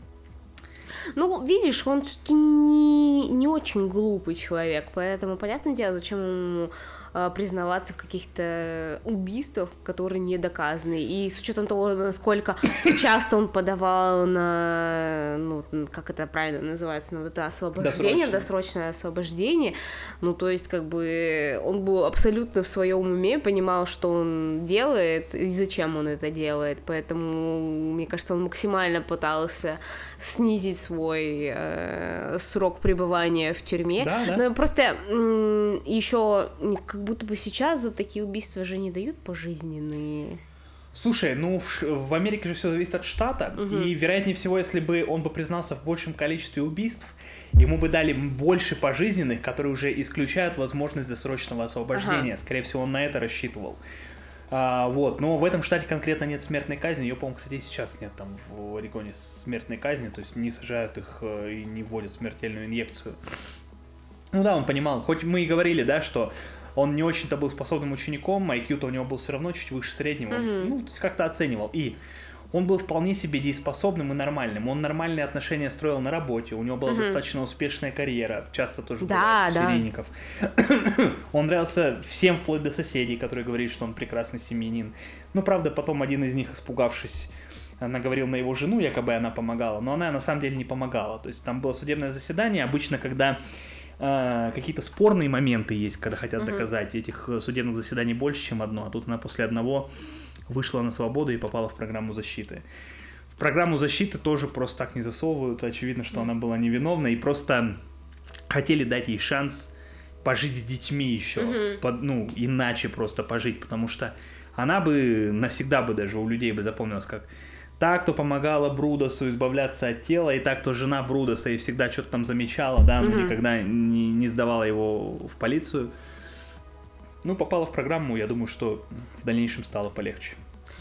Speaker 1: Ну, видишь, он все-таки не, не очень глупый человек, поэтому, понятное дело, зачем ему признаваться в каких-то убийствах, которые не доказаны. И с учетом того, насколько часто он подавал на, ну, как это правильно называется, на вот это освобождение, досрочное. досрочное освобождение, ну, то есть, как бы, он был абсолютно в своем уме, понимал, что он делает и зачем он это делает, поэтому, мне кажется, он максимально пытался снизить свой э, срок пребывания в тюрьме.
Speaker 2: Да, да.
Speaker 1: Но просто м- еще как будто бы сейчас за такие убийства же не дают пожизненные.
Speaker 2: Слушай, ну в, в Америке же все зависит от штата, угу. и вероятнее всего, если бы он бы признался в большем количестве убийств, ему бы дали больше пожизненных, которые уже исключают возможность досрочного освобождения. Ага. Скорее всего, он на это рассчитывал. А, вот, но в этом штате конкретно нет смертной казни, ее, по-моему, кстати, сейчас нет там в Орегоне смертной казни, то есть не сажают их и не вводят смертельную инъекцию. Ну да, он понимал, хоть мы и говорили, да, что он не очень-то был способным учеником, ай кью-то у него был все равно чуть выше среднего, mm-hmm. он, ну, то есть как-то оценивал, и он был вполне себе дееспособным и нормальным, он нормальные отношения строил на работе, у него была mm-hmm. достаточно успешная карьера, часто тоже
Speaker 1: да,
Speaker 2: бывает
Speaker 1: да.
Speaker 2: у серийников. Он нравился всем, вплоть до соседей, которые говорили, что он прекрасный семьянин. Ну, правда, потом один из них, испугавшись, наговорил на его жену, якобы она помогала, но она на самом деле не помогала. То есть там было судебное заседание, обычно, когда э, какие-то спорные моменты есть, когда хотят
Speaker 1: Мгм.
Speaker 2: доказать. Этих судебных заседаний больше, чем одно, а тут она после одного вышла на свободу и попала в программу защиты. В программу защиты тоже просто так не засовывают, очевидно, что она была невиновна, и просто хотели дать ей шанс пожить с детьми еще,
Speaker 1: Мгм.
Speaker 2: под, ну, иначе просто пожить, потому что она бы навсегда бы даже у людей бы запомнилась как та, кто помогала Брудосу избавляться от тела, и та, кто жена Брудоса и всегда что-то там замечала, да, но
Speaker 1: Мгм.
Speaker 2: никогда не, не сдавала его в полицию. Ну, попала в программу, я думаю, что в дальнейшем стало полегче.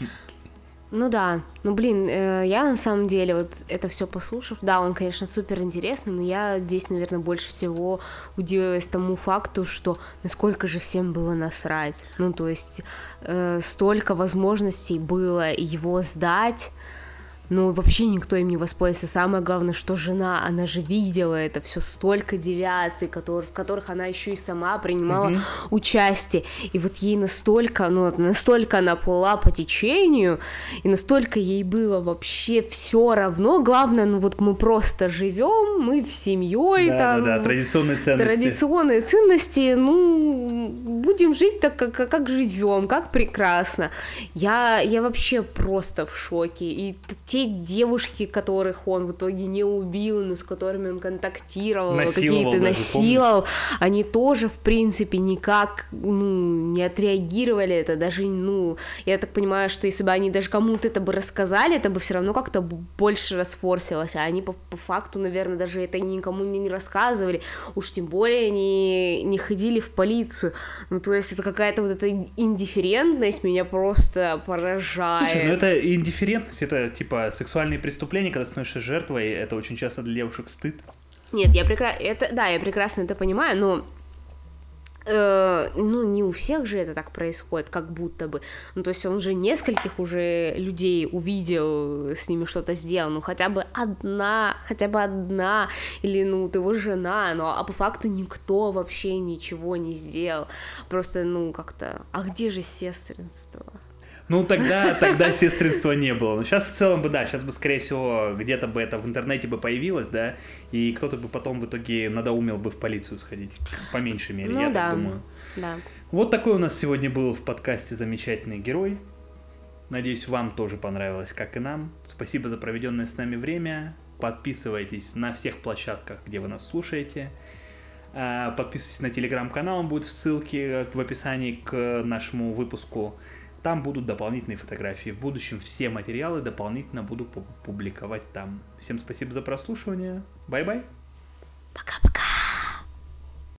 Speaker 1: Ну да, ну блин, э, я на самом деле вот это все послушав, да, он, конечно, супер интересный, но я здесь, наверное, больше всего удивилась тому факту, что насколько же всем было насрать. Ну, то есть э, столько возможностей было его сдать, но вообще никто им не воспользовался. Самое главное, что жена, она же видела это все, столько девиаций, которые, в которых она еще и сама принимала
Speaker 2: Мгм.
Speaker 1: участие. И вот ей настолько, ну, вот настолько она плыла по течению, и настолько ей было вообще все равно. Главное, ну вот мы просто живем, мы в семьей,
Speaker 2: Да,
Speaker 1: там,
Speaker 2: да, да, традиционные ценности.
Speaker 1: традиционные ценности, ну, будем жить так, как, как, как живем, как прекрасно. Я, я вообще просто в шоке. И т- те девушки, которых он в итоге не убил, но с которыми он контактировал,
Speaker 2: Насиловал
Speaker 1: какие-то
Speaker 2: даже,
Speaker 1: насиловал, они тоже, в принципе, никак, ну, не отреагировали это, даже, ну, я так понимаю, что если бы они даже кому-то это бы рассказали, это бы все равно как-то больше расфорсилось, а они по, по факту, наверное, даже это никому не, не рассказывали, уж тем более не, не ходили в полицию, ну, то есть это какая-то вот эта индифферентность меня просто поражает.
Speaker 2: Слушай, ну это индифферентность, это типа сексуальные преступления, когда становишься жертвой, это очень часто для девушек стыд.
Speaker 1: Нет, я прекрасно, это, да, я прекрасно это понимаю, но э, ну, не у всех же это так происходит, как будто бы. Ну, то есть он же нескольких уже людей увидел, с ними что-то сделал, ну, хотя бы одна, хотя бы одна, или, ну, вот его жена, ну, а по факту никто вообще ничего не сделал. Просто, ну, как-то, а где же сестринство?
Speaker 2: Ну, тогда, тогда сестринства не было. Но сейчас в целом бы, да, сейчас бы, скорее всего, где-то бы это в интернете бы появилось, да, и кто-то бы потом в итоге надоумел бы в полицию сходить, по меньшей мере,
Speaker 1: Ну,
Speaker 2: я
Speaker 1: да,
Speaker 2: так думаю.
Speaker 1: да.
Speaker 2: Вот такой у нас сегодня был в подкасте «Замечательный герой». Надеюсь, вам тоже понравилось, как и нам. Спасибо за проведенное с нами время. Подписывайтесь на всех площадках, где вы нас слушаете. Подписывайтесь на телеграм-канал, он будет в ссылке в описании к нашему выпуску. Там будут дополнительные фотографии. В будущем все материалы дополнительно буду публиковать там. Всем спасибо за прослушивание. Бай-бай.
Speaker 1: Пока-пока.